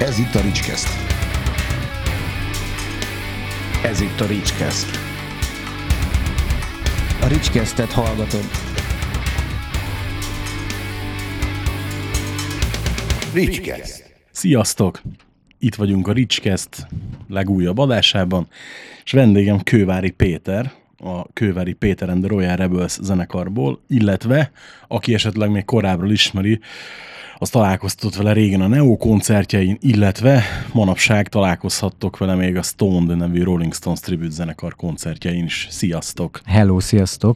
Ez itt a Ricskeszt. Ez itt a Ricskeszt. A Ricskesztet hallgatod. Ricskeszt. Sziasztok! Itt vagyunk a Ricskeszt legújabb adásában, és vendégem Kővári Péter, a Kővári Péter and the Royal Rebels zenekarból, illetve, aki esetleg még korábbról ismeri, az találkoztatott vele régen a Neo koncertjein, illetve manapság találkozhattok vele még a Stoned nevű Rolling Stones tribute zenekar koncertjein is. Sziasztok! Hello, sziasztok!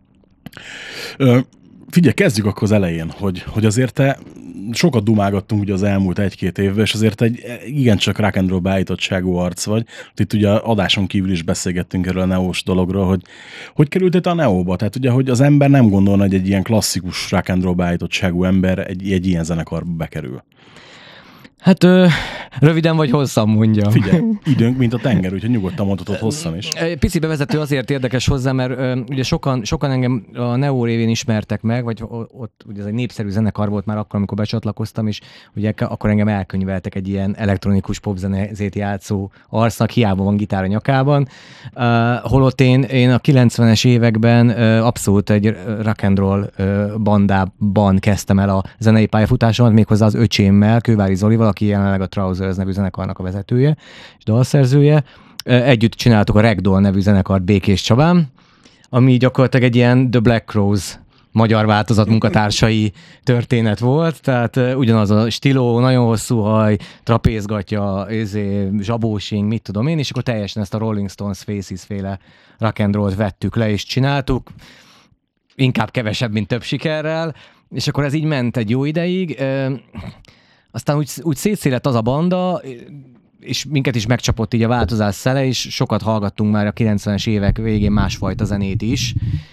Figyelj, kezdjük akkor az elején, hogy azért te sokat dumálgattunk ugye az elmúlt egy-két évben, és azért egy igencsak rock and roll beállítottságú arc vagy. Itt ugye adáson kívül is beszélgettünk erről a neós dologról, hogy kerültél te a neóba? Tehát ugye, hogy az ember nem gondolna, hogy egy ilyen klasszikus rock and roll beállítottságú ember egy ilyen zenekarba bekerül. Hát röviden vagy hosszan mondja. Figyelj, időnk, mint a tenger, úgyhogy nyugodtan mondhatod hosszan is. Pici bevezető azért érdekes hozzá, mert ugye sokan engem a Neo révén ismertek meg, vagy ott ugye ez egy népszerű zenekar volt már akkor, amikor becsatlakoztam, és ugye akkor engem elkönyveltek egy ilyen elektronikus popzenét játszó arcnak, hiába van gitár a nyakában. Holott én a 90-es években abszolút egy rock and roll bandában kezdtem el a zenei pályafutásomat, méghozzá az öcsémmel, Kővári Zolival, aki jelenleg a Trousers nevű zenekarnak a vezetője és dalszerzője. Együtt csináltuk a Ragdoll nevű zenekart Békés Csabán, ami gyakorlatilag egy ilyen The Black Crowes magyar változat munkatársai történet volt, tehát ugyanaz a stíló, nagyon hosszú haj, trapézgatja, zsabósing, mit tudom én, és akkor teljesen ezt a Rolling Stones Faces féle rock and rollt vettük le és csináltuk, inkább kevesebb, mint több sikerrel, és akkor ez így ment egy jó ideig. Aztán úgy szétszélett az a banda, és minket is megcsapott így a változás szele, és sokat hallgattunk már a 90-es évek végén másfajta zenét is.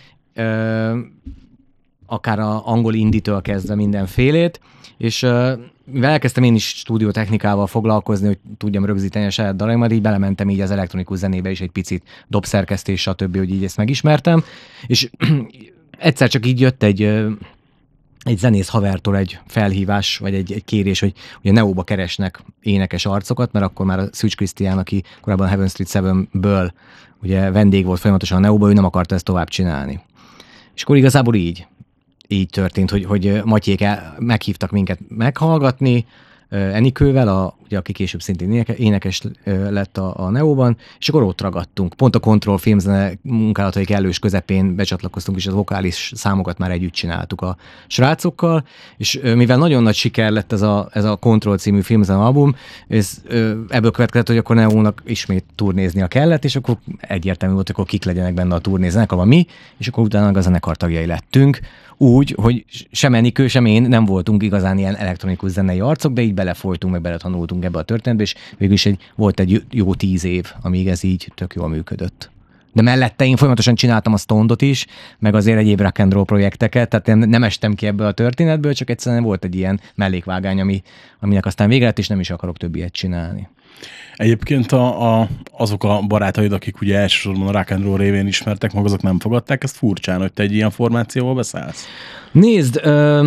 Akár a angol indie-től kezdve mindenfélét, és mivel elkezdtem én is stúdiótechnikával foglalkozni, hogy tudjam rögzíteni a saját dalaimat, így belementem így az elektronikus zenébe is egy picit, dobszerkesztés, stb., hogy így ezt megismertem, és egyszer csak így jött egy zenész havertól egy felhívás, vagy egy kérés, hogy a Neóba keresnek énekes arcokat, mert akkor már a Szűcs Krisztián, aki korábban a Heaven Street 7-ből ugye vendég volt folyamatosan a Neóba, ő nem akarta ezt tovább csinálni. És akkor igazából így történt, hogy Matyék meghívtak minket meghallgatni, Enikővel, ugye, aki később szintén énekes lett a Neóban, és akkor ott ragadtunk. Pont a Control filmzene munkálatai kellős közepén becsatlakoztunk, és az vokális számokat már együtt csináltuk a srácokkal, és mivel nagyon nagy siker lett ez a Control című filmzene album, ebből következett, hogy akkor Neónak ismét turnéznia kellett, és akkor egyértelmű volt, hogy akkor kik legyenek benne a turnézenekarban mi, és akkor utána a zenekar tagjai lettünk, úgy, hogy sem Enikő, sem én nem voltunk igazán ilyen elektronikus zenei arcok, de így belefolytunk, meg beletanultunk ebbe a történetbe, és végül is volt egy jó 10 év, amíg ez így tök jól működött. De mellette én folyamatosan csináltam a Stoned-ot is, meg azért egyéb rock and roll projekteket, tehát én nem estem ki ebből a történetből, csak egyszerűen volt egy ilyen mellékvágány, aminek aztán vége lett, és nem is akarok több ilyet csinálni. Egyébként azok a barátaid, akik ugye elsősorban a rock and roll révén ismertek meg, azok nem fogadták ezt furcsán, hogy te egy ilyen formációval beszállsz? Nézd,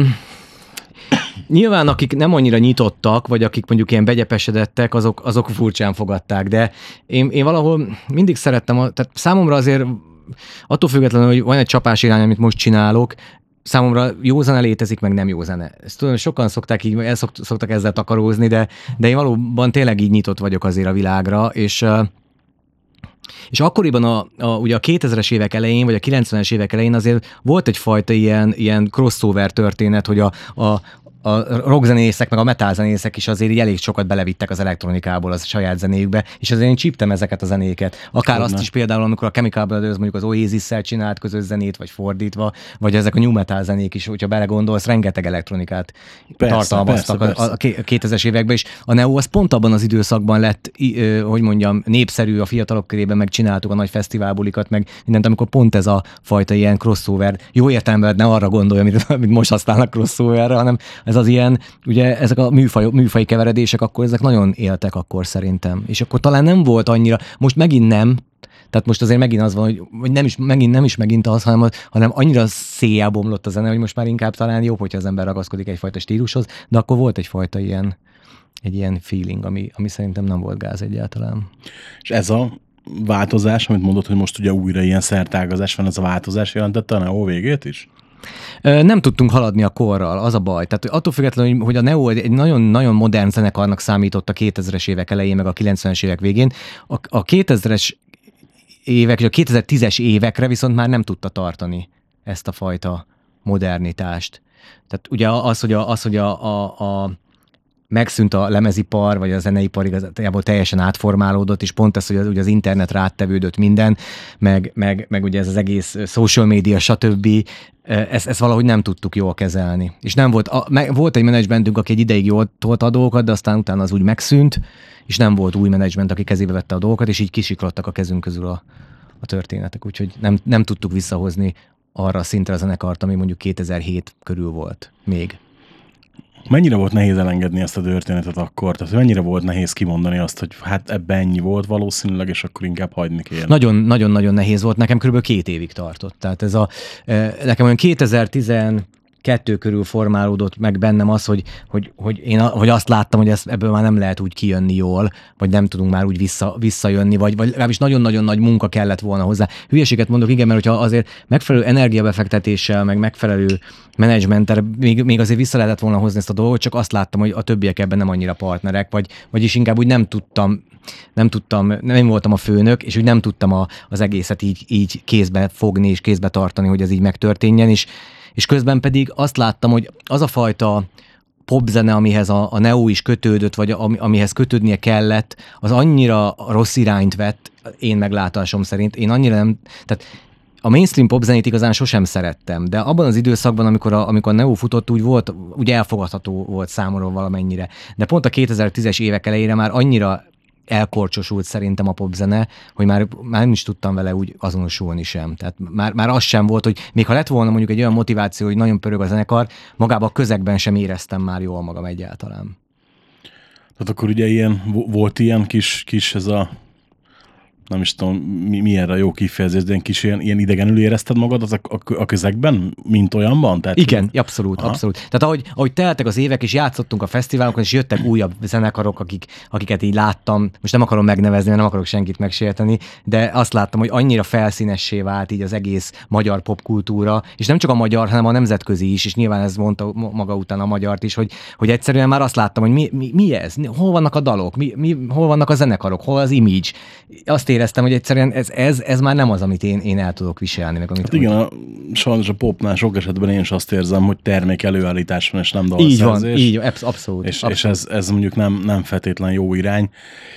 nyilván akik nem annyira nyitottak, vagy akik mondjuk ilyen begyepesedettek, azok furcsán fogadták, de én valahol mindig szerettem, tehát számomra azért attól függetlenül, hogy van egy csapás irány, amit most csinálok, számomra jó zene létezik, meg nem jó zene. Ezt tudom, sokan szoktak ezzel takarózni, de én valóban tényleg így nyitott vagyok azért a világra, és akkoriban ugye a 2000-es évek elején, vagy a 90-es évek elején azért volt egyfajta ilyen crossover történet, hogy a rockzenészek, meg a metalzenészek is azért így elég sokat belevittek az elektronikából az saját zenéjükbe, és azért én csíptem ezeket a zenéket. Akár azt is például, amikor a Chemical Brothers mondjuk az Oasis-szel csinált közös zenét, vagy fordítva, vagy ezek a new metal zenék is, hogyha belegondolsz, rengeteg elektronikát tartalmaztak a 2000-es években, és a Neo az pont abban az időszakban lett, hogy mondjam, népszerű a fiatalok körében, meg csináltuk a nagy fesztiválbulikat, meg mindent, amikor pont ez a fajta ilyen crossover, jó értelemben ne arra gondolja, amit most használnak crossoverre, hanem ez az ilyen, ugye ezek a műfai keveredések, akkor ezek nagyon éltek akkor szerintem. És akkor talán nem volt annyira, most megint nem, tehát most azért megint az van, hogy nem is megint az, hanem annyira széjjel bomlott a zene, hogy most már inkább talán jobb, hogyha az ember ragaszkodik egyfajta stílushoz, de akkor volt egyfajta ilyen egy ilyen feeling, ami szerintem nem volt gáz egyáltalán. És ez a változás, amit mondod, hogy most ugye újra ilyen szertágazás van, ez a változás jelentette a Neo végét is? Nem tudtunk haladni a korral, az a baj. Tehát attól függetlenül, hogy a Neo egy nagyon-nagyon modern zenekarnak számított a 2000-es évek elején, meg a 90-es évek végén, a 2000-es évek és a 2010-es évekre viszont már nem tudta tartani ezt a fajta modernitást. Tehát ugye az, hogy a megszűnt a lemezipar, vagy a zeneipar igazából teljesen átformálódott, és pont ez, hogy ugye az internet rátevődött minden, meg ugye ez az egész social media, stb. Ezt valahogy nem tudtuk jól kezelni. És nem volt egy menedzsmentünk, aki egy ideig jól tolta a dolgokat, de aztán utána az úgy megszűnt, és nem volt új menedzsment, aki kezébe vette a dolgokat, és így kisiklottak a kezünk közül a történetek. Úgyhogy nem tudtuk visszahozni arra a szintre a zenekart, ami mondjuk 2007 körül volt még. Mennyire volt nehéz elengedni ezt a történetet akkor? Tehát mennyire volt nehéz kimondani azt, hogy hát ebben ennyi volt valószínűleg, és akkor inkább hagyni kéne? Nagyon-nagyon nehéz volt. Nekem kb. 2 évig tartott. Tehát nekem olyan 2012 körül formálódott meg bennem az, hogy én azt láttam, hogy ebből már nem lehet úgy kijönni jól, vagy nem tudunk már úgy visszajönni, vagy legalábbis nagyon-nagyon nagy munka kellett volna hozzá. Hülyeséget mondok, igen, mert hogyha azért megfelelő energiabefektetéssel, meg megfelelő menedzsmenttel még azért vissza lehetett volna hozni ezt a dolgot, csak azt láttam, hogy a többiek ebben nem annyira partnerek, vagyis inkább úgy nem voltam a főnök, és úgy nem tudtam az egészet így kézbe fogni és kézbe tartani, hogy ez így megtörténjen, és közben pedig azt láttam, hogy az a fajta popzene, amihez a Neo is kötődött, vagy amihez kötődnie kellett, az annyira rossz irányt vett, én meglátásom szerint. Én annyira nem... Tehát a mainstream popzenét igazán sosem szerettem, de abban az időszakban, amikor a Neo futott, úgy elfogadható volt számomra valamennyire. De pont a 2010-es évek elejére már annyira elkorcsosult szerintem a popzene, hogy már nem is tudtam vele úgy azonosulni sem. Tehát már az sem volt, hogy még ha lett volna mondjuk egy olyan motiváció, hogy nagyon pörög a zenekar, magában a közegben sem éreztem már jól magam egyáltalán. Tehát akkor ugye volt ilyen kis ez a, nem is tudom, mi erre a jó kifejezés, de ilyen idegenül érezted magad a közegben, mint olyanban? Tehát, igen, abszolút. Tehát ahogy teltek az évek, és játszottunk a fesztiválokon, és jöttek újabb zenekarok, akiket így láttam, most nem akarom megnevezni, mert nem akarok senkit megsérteni, de azt láttam, hogy annyira felszínessé vált így az egész magyar popkultúra, és nem csak a magyar, hanem a nemzetközi is, és nyilván ez mondta maga után a magyart is, hogy egyszerűen már azt láttam, hogy mi ez? Hol vannak a dalok? Hol vannak a zenekarok? Hol az image? Azt éreztem, hogy egyszerűen ez már nem az, amit én el tudok viselni. Meg amit hát igen, sajnos a popnál sok esetben én is azt érzem, hogy termék előállítás van, és nem dalszerzés. Így van, abszolút. És ez mondjuk nem feltétlen jó irány.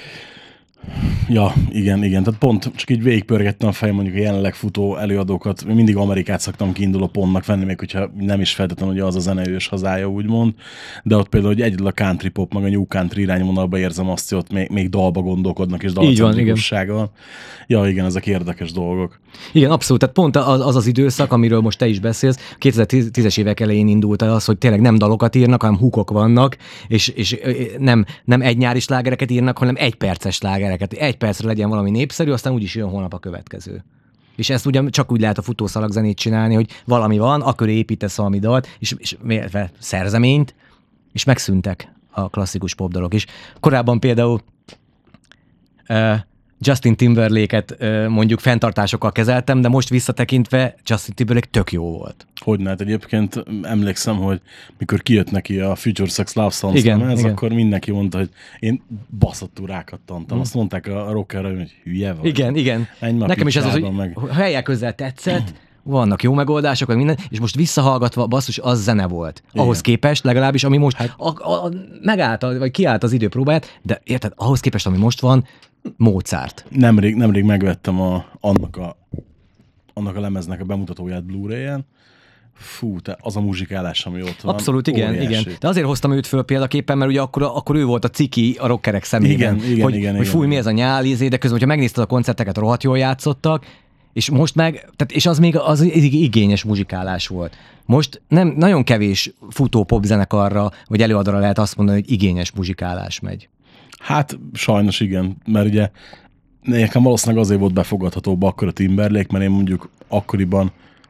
Ja, igen. Tehát pont csak így végigpörgettem a fejem mondjuk a jelenleg futó előadókat. Mindig Amerikát szoktam kiinduló pontnak venni, még hogyha nem is feltétlenül ugye az a zeneős hazája, úgymond. De ott például, hogy egyedül a country pop, meg a new country irányvonalba érzem azt, hogy ott még dalba gondolkodnak, és dalcentrikussággal. Ja, igen, ezek érdekes dolgok. Igen, abszolút. Tehát pont az időszak, amiről most te is beszélsz, 2010-es évek elején indult az, hogy tényleg nem dalokat írnak, hanem hukok vannak, és nem egy nyári slágereket írnak, hanem egy perces slágereket. Egy percre legyen valami népszerű, aztán úgyis jön holnap a következő. És ezt ugye csak úgy lehet a futószalagzenét csinálni, hogy valami van, akkor építesz valami dalt, és szerzeményt, és megszűntek a klasszikus popdalok is. Korábban például Justin Timberlake-et mondjuk fenntartásokkal kezeltem, de most visszatekintve Justin Timberlake tök jó volt. Hogyne, hát egyébként emlékszem, hogy mikor kijött neki a Future Sex Love Songs lemez, akkor mindenki mondta, hogy én baszottul rákattantam. Azt mondták a rockerra, hogy hülye vagy. Igen. Nekem is ez az, hogy helyek közel tetszett, vannak jó megoldások, meg minden, és most visszahallgatva, basszus, az zene volt. Igen. Ahhoz képest legalábbis, ami most megállt, vagy kiállt az időpróbáját, de érted, ahhoz képest, ami most van, Mozart. Nemrég megvettem annak a lemeznek a bemutatóját Blu-ray-en. Fú, az a muzsikálás, ami ott van. Abszolút, igen. De azért hoztam őt föl példaképpen, mert ugye akkor ő volt a ciki a rockerek szemében. Igen, hogy fúj, mi ez a nyálizé, de közben, hogyha megnézted a koncerteket, rohadt jól játszottak, és most és az még az igényes muzsikálás volt. Most nem nagyon kevés futó popzenekarra, vagy előadóra lehet azt mondani, hogy igényes muzsikálás megy. Hát sajnos igen, mert ugye nekem valószínűleg azért volt befogadhatóbb akkor a Timberlake, mert én mondjuk akkoriban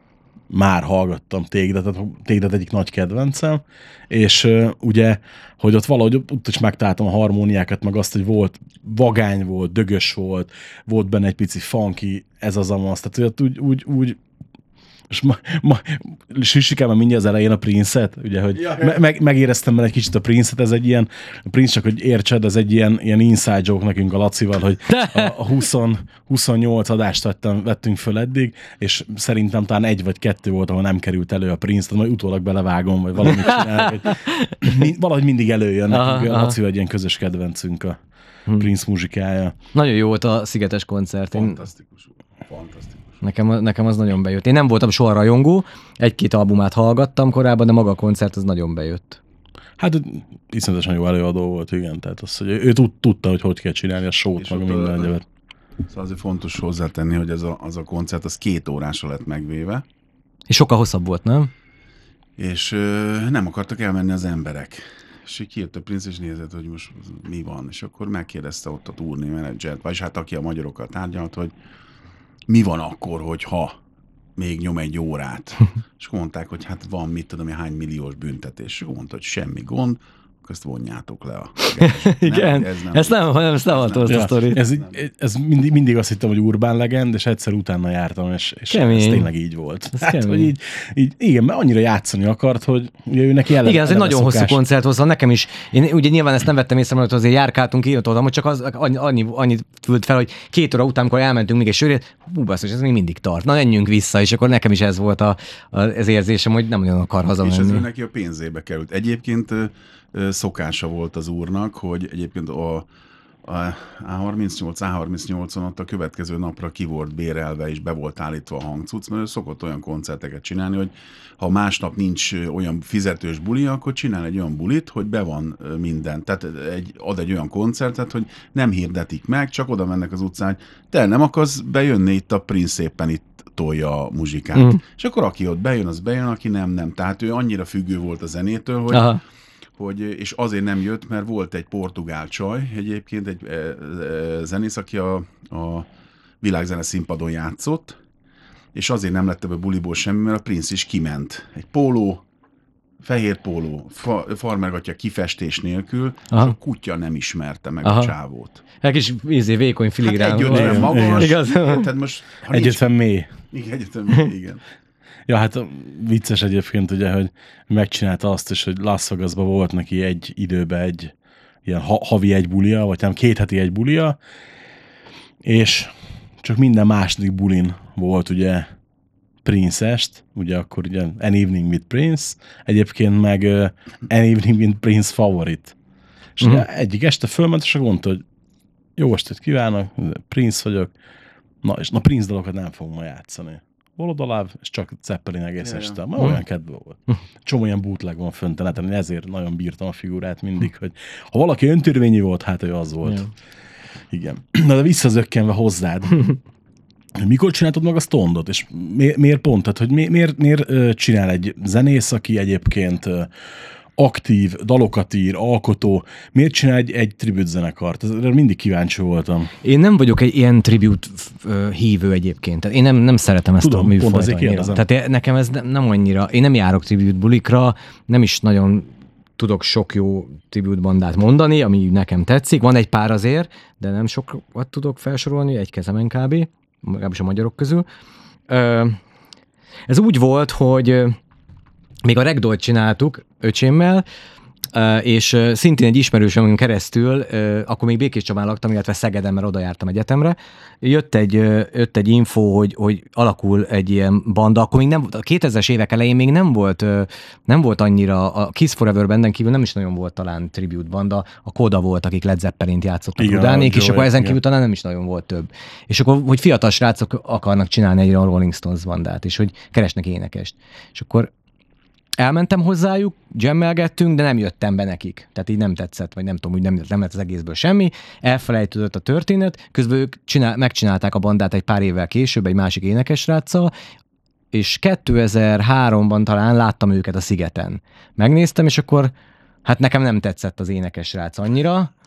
már hallgattam Téged egyik nagy kedvencem, és ugye, hogy ott valahogy ott is megtaláltam a harmóniákat, meg azt, hogy volt vagány volt, dögös volt benne egy pici funky, ez az amaz, tehát úgy és süsikában mindjárt az elején a Prince-et, ugye, hogy megéreztem benne egy kicsit a Prince-et, ez egy ilyen, a Prince, csak hogy értsed, ez egy ilyen inside joke nekünk a Lacival, hogy a 28 adást vettünk föl eddig, és szerintem talán 1 vagy 2 volt, ahol nem került elő a Prince, tehát majd utólag belevágom, vagy valamit csinálok, valahogy mindig előjön nekünk, a Lacival egy ilyen közös kedvencünk a Prince muzsikája. Nagyon jó volt a Szigetes koncert. Fantasztikus. Nekem az nagyon bejött. Én nem voltam soha rajongó, 1-2 albumát hallgattam korábban, de maga a koncert az nagyon bejött. Hát iszonyatosan jó előadó volt, igen. Tehát az, hogy ő tudta, hogy kell csinálni a show-t, meg minden egyebet. Szóval azért fontos hozzátenni, hogy az a koncert az 2 órásra lett megvéve. És sokkal hosszabb volt, nem? És nem akartak elmenni az emberek. És így kijött a Prince, és nézett, hogy most mi van. És akkor megkérdezte ott a turné menedzsert, vagyis hát aki a magyarokkal tárgyalt, hogy mi van akkor, hogyha még nyom 1 órát? És mondták, hogy hát van, mit tudom, hány milliós büntetés. És mondta, hogy semmi gond, akkor ezt vonjátok le a igen, ezt nem hallottam a sztorit. Ez mindig azt hittem, hogy urbán legend, és egyszer utána jártam, és ez tényleg így volt. Hát, hogy így, igen, mert annyira játszani akart, hogy ugye ő neki igen, ez egy nagyon hosszú koncert hozzá, nekem is. Én ugye nyilván ezt nem vettem észre, mert azért járkáltunk, írtottam, hogy csak az annyit fült fel, hogy 2 óra után, amikor elmentünk még egy sörét, basszus, ez még mindig tart. Na, menjünk vissza, és akkor nekem is ez volt az érzésem, hogy nem nagyon akar hazamenni. És ez ő neki a pénzébe került. Egyébként szokása volt az úrnak, hogy egyébként a A38-on ott a következő napra ki volt bérelve és be volt állítva a hangcucc, mert ő szokott olyan koncerteket csinálni, hogy ha másnap nincs olyan fizetős buli, akkor csinál egy olyan bulit, hogy be van minden. Tehát ad egy olyan koncertet, hogy nem hirdetik meg, csak oda mennek az utcán, hogy te nem akarsz bejönni, itt a Prince szépen itt tolja a muzsikát. És akkor aki ott bejön, az bejön, aki nem. Tehát ő annyira függő volt a zenétől, hogy és azért nem jött, mert volt egy portugál csaj, egyébként egy zenész, aki a világzene színpadon játszott, és azért nem lett ebből buliból semmi, mert a Prince is kiment. Egy póló, fehér póló, farmergatja kifestés nélkül, és a kutya nem ismerte meg a csávót. Egy kis vékony filigrán. Hát 1,50 magas. Igaz? Tehát most, 1,50 mély. Igen, 1,50 mély, igen. Ja, hát vicces egyébként ugye, hogy megcsinálta azt is, hogy Las Vegasban volt neki egy időben egy ilyen havi egy bulia, vagy nem 2 heti egy bulia, és csak minden második bulin volt ugye Prince-est, ugye akkor ugye An Evening with Prince, egyébként meg An Evening with Prince favorit. És ugye egyik este fölment, és mondta, hogy jó estét kívánok, Prince vagyok, és Prince dalokat nem fogom ma játszani. Volodaláv, és csak Zeppelin egész este. Már olyan kedve volt. Csomó ilyen bootleg van fönt a neten, ezért nagyon bírtam a figurát mindig, hogy ha valaki öntörvényi volt, hát ő az volt. Igen. Na de visszazökkenve hozzád. Mikor csináltad meg a Stoned-ot? És miért pont? Tehát, hogy miért csinál egy zenész, aki egyébként aktív, dalokat ír, alkotó, miért csinál egy tribute zenekart? Erre mindig kíváncsi voltam. Én nem vagyok egy ilyen tribute hívő egyébként. Tehát én nem szeretem ezt a műfajt annyira. Tehát nekem ez nem annyira. Én nem járok tribute bulikra, nem is nagyon tudok sok jó tribute bandát mondani, ami nekem tetszik. Van egy pár azért, de nem sokat tudok felsorolni, egy kezemen kb. Legalábbis a magyarok közül. Ez úgy volt, hogy még a Ragdoll csináltuk öcsémmel, és szintén egy ismerősömön keresztül, akkor még Békés Csabán laktam, illetve Szegeden, mert oda jártam egyetemre, jött egy info, hogy alakul egy ilyen banda, akkor még nem, a 2000-es évek elején még nem volt annyira, a Kiss Forever banden kívül nem is nagyon volt talán tribute banda, a Koda volt, akik Led Zeppelint játszottak Rudánék, és akkor ezen kívül talán nem is nagyon volt több. És akkor, hogy fiatal srácok akarnak csinálni egy Rolling Stones bandát, és hogy keresnek énekest. És akkor elmentem hozzájuk, jammelgettünk, de nem jöttem be nekik. Tehát így nem tetszett, vagy nem tudom, úgy nem lett az egészből semmi. Elfelejtődött a történet, közben ők megcsinálták a bandát egy pár évvel később egy másik énekesráccal, és 2003-ban talán láttam őket a Szigeten. Megnéztem, és akkor hát nekem nem tetszett az énekesrác annyira,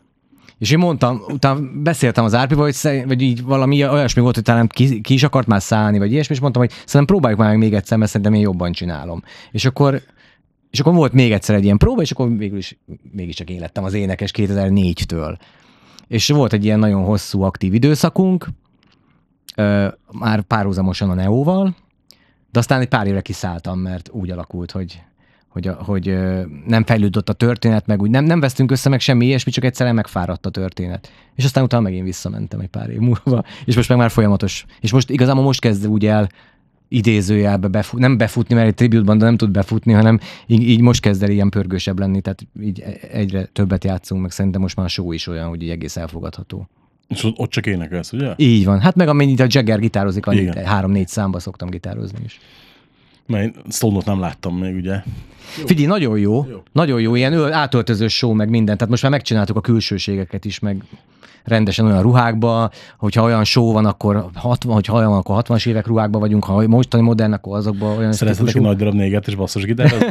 És én mondtam, utána beszéltem az Árpival, vagy így valami olyasmi volt, hogy talán ki is akart már szállni, vagy ilyesmi, és mondtam, hogy szerintem próbáljuk már meg még egyszer, mert szerintem én jobban csinálom. És akkor volt még egyszer egy ilyen próba, és akkor végül is mégiscsak én lettem az énekes 2004-től. És volt egy ilyen nagyon hosszú, aktív időszakunk, már párhuzamosan a Neóval, de aztán egy pár évre kiszálltam, mert úgy alakult, hogy nem fejlődött a történet, meg úgy nem vesztünk össze meg semmi ilyesmi, csak egyszerűen megfáradt a történet. És aztán utána megint visszamentem egy pár év múlva, és most meg már folyamatos. És most igazából most kezd úgy el idézőjelbe nem befutni, mert egy tribute-ban nem tud befutni, hanem így most kezd el ilyen pörgősebb lenni, tehát így egyre többet játszunk, meg szerintem most már a show is olyan, hogy így egész elfogadható. És ott csak énekelsz, ugye? Így van. Hát meg amennyit a Jagger gitározik, annyit 3-4 számba szoktam gitározni is. Mert Stone-ot nem láttam még, ugye? Figyelj, nagyon jó. Nagyon jó, ilyen átöltözős show, meg minden. Tehát most már megcsináltuk a külsőségeket is, meg rendesen olyan ruhákba, hogyha olyan show van, akkor 60, hogyha olyan van, akkor 60-as évek ruhákban vagyunk, ha mostani modern, akkor azokban olyan... Szereted neki nagy darab néget és basszusgitározni?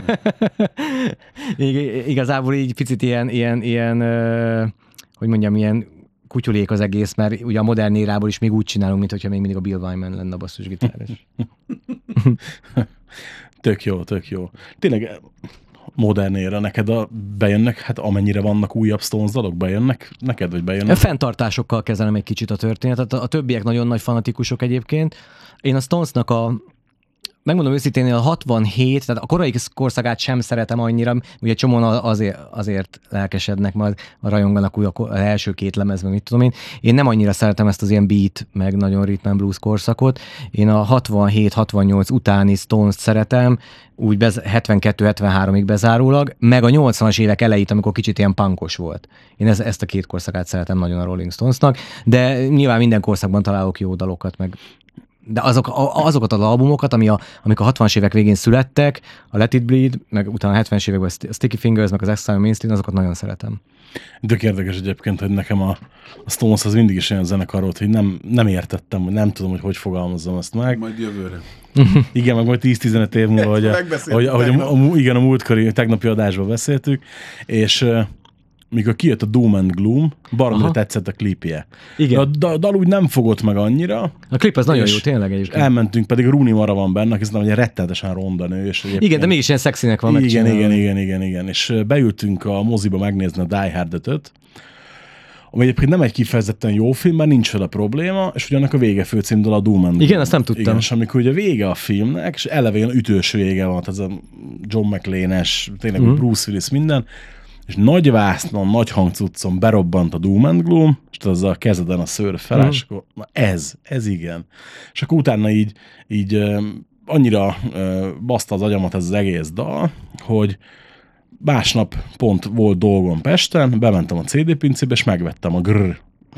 Igazából így picit ilyen hogy mondjam, ilyen kutyulék az egész, mert ugye a modern érából is még úgy csinálunk, mint hogyha még mindig a Bill Wyman lenne a basszusgitáros. Tök jó. Tényleg modern éra, neked bejönnek, hát amennyire vannak újabb Stones dalok, bejönnek neked, vagy bejönnek? Fenntartásokkal kezelem egy kicsit a történetet. A többiek nagyon nagy fanatikusok egyébként. Én a Stonesnak megmondom őszintén, a 67, tehát a korai korszakát sem szeretem annyira, ugye csomóan azért lelkesednek, majd a rajonganak úgy az első két lemezben, mit tudom én. Én nem annyira szeretem ezt az ilyen beat, meg nagyon rhythm and blues korszakot. Én a 67-68 utáni Stones-t szeretem, úgy 72-73-ig bezárólag, meg a 80-as évek elejét, amikor kicsit ilyen punkos volt. Én ezt a két korszakát szeretem nagyon a Rolling Stonesnak, de nyilván minden korszakban találok jó dalokat, meg de azokat az albumokat, amik a 60-as évek végén születtek, a Let It Bleed, meg utána a 70-es években a Sticky Fingers, meg az Exile Mainstream, azokat nagyon szeretem. Tök érdekes egyébként, hogy nekem a Stones az mindig is olyan zenekar volt, hogy nem értettem, nem tudom, hogy fogalmazzam ezt meg. Majd jövőre. Igen, meg majd 10-15 év múlva, ahogy a múltkori tegnapi adásban beszéltük, és mikor kijött a Doom and Gloom, baromira tetszett a klipje. Igen. A dal úgy nem fogott meg annyira. A klip az nagyon jó, tényleg egyébként. Elmentünk, pedig Rooney Mara van benne, hiszen egy rettenetesen ronda nő. És igen, de mégis ilyen szexinek van megcsinálva. Igen. És beültünk a moziba megnézni a Die Hard 5-öt, ami egyébként nem egy kifejezetten jó film, mert nincs vele probléma, és ugye annak a vége főcímdal a Doom and Gloom. Igen, ezt nem tudtam. Igen, és amikor ugye vége a filmnek, és eleve ilyen ütős vége van, tehát ez a John McClane-es, tényleg Bruce Willis minden, és nagy vásznon, nagy hangcuccon berobbant a Doom and Gloom, és az a kezeden a szőr felás, akkor ez igen. És akkor utána így annyira baszta az agyamat ez az egész dal, hogy másnap pont volt dolgom Pesten, bementem a CD pincébe, és megvettem a grrr.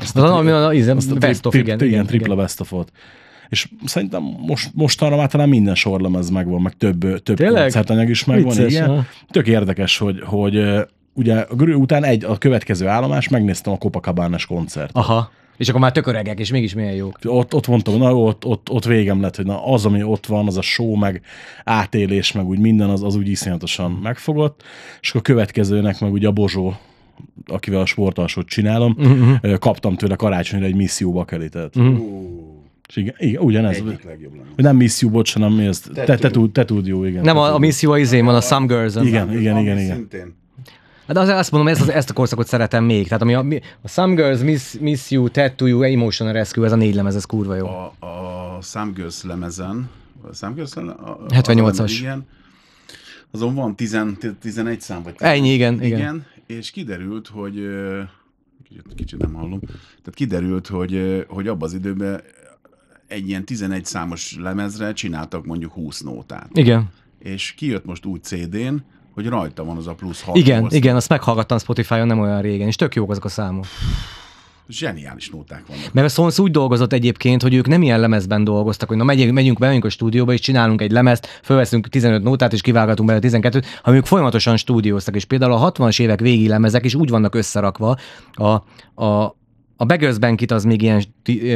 Igen, tripla best of-ot. És szerintem mostanra már talán minden sorlemez megvan, meg több koncertanyag is megvan. Vicces, igen. Tök érdekes, hogy ugye a Grő után a következő állomás, megnéztem a Copacabana-s koncertet. Aha. És akkor már tök öregek, és mégis milyen jók. Ott mondtam, ott végem lett, hogy az, ami ott van, az a show, meg átélés, meg úgy minden, az úgy iszonyatosan megfogott. És akkor a következőnek meg ugye a Bozsó, akivel a sportalsót csinálom, kaptam tőle karácsonyra egy Misszió bakelitet. És igen, ugyanez. Egyik legjobb lenne. Nem Misszió, bocsánat, mi ez? Te tud jó, igen. Nem, a Misszió van, a Some Girls. Igen. Szintén. De azt mondom, ezt a korszakot szeretem még. Tehát ami a Some Girls, Miss You, Tattoo You, Emotional Rescue, ez a 4 lemez, ez kurva jó. A Some Girls lemezen, 78-as. Igen, azon van 11 szám, vagy 11. Ennyi, igen. És kiderült, hogy kicsit nem hallom, tehát kiderült, hogy abban az időben egy ilyen 11 számos lemezre csináltak mondjuk 20 nótát. Igen. És kijött most úgy CD-n, hogy rajta van az a plusz 6. Igen, azt meghallgattam Spotify-on nem olyan régen, és tök jók azok a számok. Zseniális nóták vannak. Mert a Stones úgy dolgozott egyébként, hogy ők nem ilyen lemezben dolgoztak, hogy na megyünk a stúdióba, és csinálunk egy lemezt, fölveszünk 15 nótát, és kivágatunk belőle 12-t, hanem ők folyamatosan stúdióztak, és például a 60-as évek végi lemezek is úgy vannak összerakva, a Beggars Banquet az még ilyen,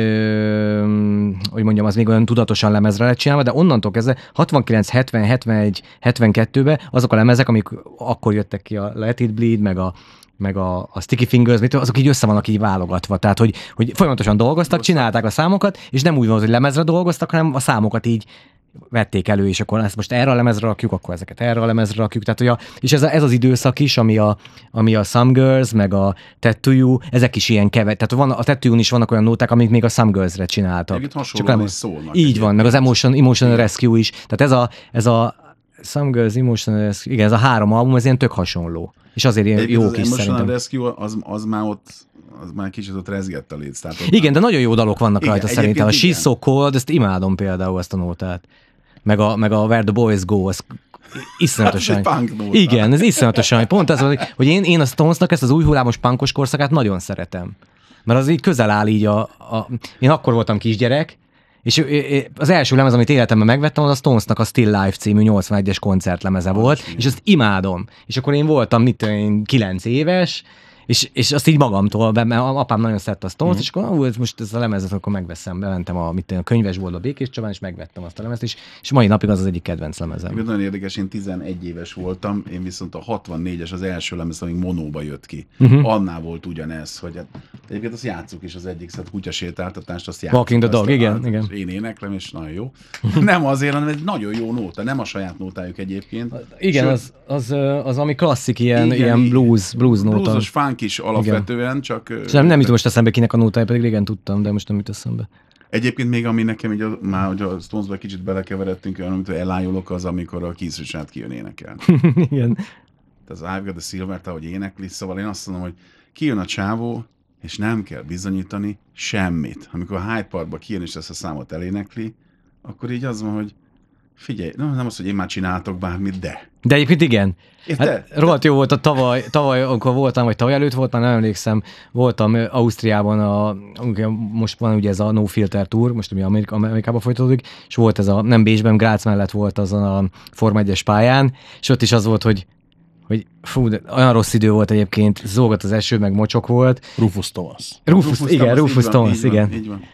hogy mondjam, az még olyan tudatosan lemezre lett csinálva, de onnantól kezdve 69, 70, 71, 72-ben azok a lemezek, amik akkor jöttek ki, a Let It Bleed, meg a meg a Sticky Fingers, azok így össze vannak így válogatva. Tehát, hogy folyamatosan dolgoztak, csinálták a számokat, és nem úgy van, hogy lemezre dolgoztak, hanem a számokat így vették elő, és akkor ezt most erre a lemezre rakjuk, akkor ezeket erre a lemezre rakjuk. Tehát, és ez az időszak is, ami a Some Girls, meg a Tattoo You, ezek is ilyen tehát van, a Tattoo You-n is vannak olyan nóták, amik még a Some Girls-re csináltak. Itt hasonlóan is szólnak. Így van, meg az Emotional Rescue is. Tehát ez a Some Girls, Emotional Rescue, igen, ez a 3 album, ez ilyen tök hasonló. És azért ilyen jó kis szerintem. Emotional Rescue, az már ott az már kicsit ott rezgett a léc. Igen, de nagyon jó dalok vannak rajta szerintem. A She's So Cold, ezt imádom például, ezt a nótát. Meg a Where the Boys Go, az iszonyatosan. Igen, ez iszonyatosan. Pont az, hogy én a Stonesnak ezt az új hullámos punkos korszakát nagyon szeretem. Mert az így közel áll így én akkor voltam kisgyerek, és az első lemez, amit életemben megvettem, az a Stonesnak a Still Life című 81-es koncertlemeze volt, és azt imádom. És akkor én voltam 9 éves, és azt így magamtól, mert apám nagyon szerette a Stones, és akkor most ezt a lemezet akkor megveszem, bementem a könyvesboltba Békés Csabán, és megvettem azt a lemezt, és mai napig az egyik kedvenc lemezem. Nagyon érdekes, én 11 éves voltam, én viszont a 64-es az első lemez, amíg monóba jött ki. Annál volt ugyanez, hogy egyébként azt játsszuk is az egyik kutyasétáltatást, azt játsszuk. Walking the Dog, igen. Én éneklem, és nagyon jó. Nem azért, hanem egy nagyon jó nóta, nem a saját nótájuk egyébként. Igen, az ami klasszik ilyen blues nóta. Bluesos funk is alapvetően, igen. Csak... Nem jut most eszembe kinek a nótája, pedig régen tudtam, de most nem jut eszembe. Egyébként még ami nekem így már, hogy a Stonesba kicsit belekeveredtünk, amit elájulok, az, amikor a Keith Richards kijön énekel. Igen. Tehát az I've Got the Silver, ahogy énekli, szóval én azt mondom, hogy kijön a csávó, és nem kell bizonyítani semmit. Amikor a Hyde Parkba kijön, és ezt a számot elénekli, akkor így az van, hogy figyelj, nem az, hogy én már csináltok bármit, de. De egyébként igen. Hát, rohadt jó volt a tavaly, amikor voltam, vagy tavaly előtt volt, már nem emlékszem, voltam Ausztriában, most van ugye ez a No Filter Tour, most ami Amerikában folytatódik, és volt ez nem Bécsben, Grácz mellett volt azon a Forma 1-es pályán, és ott is az volt, hogy fú, de olyan rossz idő volt egyébként, zúgott az eső, meg mocsok volt. Rufus Thomas. Rufus Thomas, igen. Így van.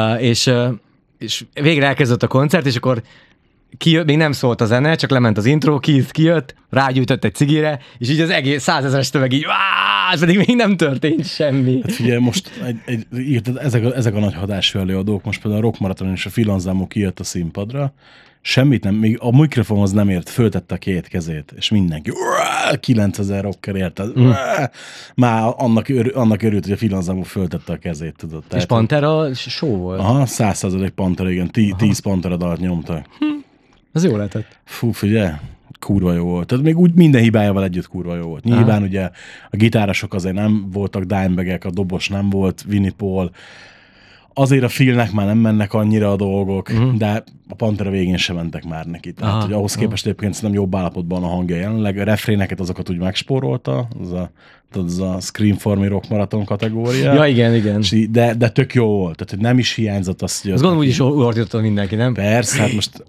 És végre elkezdett a koncert, és akkor kijött, még nem szólt a zene, csak lement az intro, kijött, rágyújtott egy cigire, és így az egész 100 000-es tömeg így, pedig még nem történt semmi. Hát figyelj, most ezek a nagy hatású előadók, most például a Rock Marathon és a Filanzámó kijött a színpadra, semmit nem, még a mikrofonhoz nem ért, föltette a két kezét, és mindenki 9000 rocker érted. Már annak örült, hogy a Filanzámó föltette a kezét, tudod. És Pantera show volt? Aha, 100% Pantera, igen, 10 Pantera dalt nyomtak. Az jó lehetett. Fú, figyelj, kurva jó volt. Tehát még úgy minden hibájával együtt kurva jó volt. Nyilván ugye a gitárosok azért nem voltak Dimebagek, a dobos nem volt Vinnie Paul, azért a Philnek már nem mennek annyira a dolgok, de a Pantera végén sem mentek már neki. Tehát, hogy ahhoz képest egyébként szerintem jobb állapotban a hangja jelenleg. A refréneket azokat úgy megspórolta, az a Scream for Me Rock Marathon kategória. Ja, igen. De tök jó volt, tehát hogy nem is hiányzott az, hogy... Azt gondolom, úgyis ordította mindenki, nem? Persze, hát most...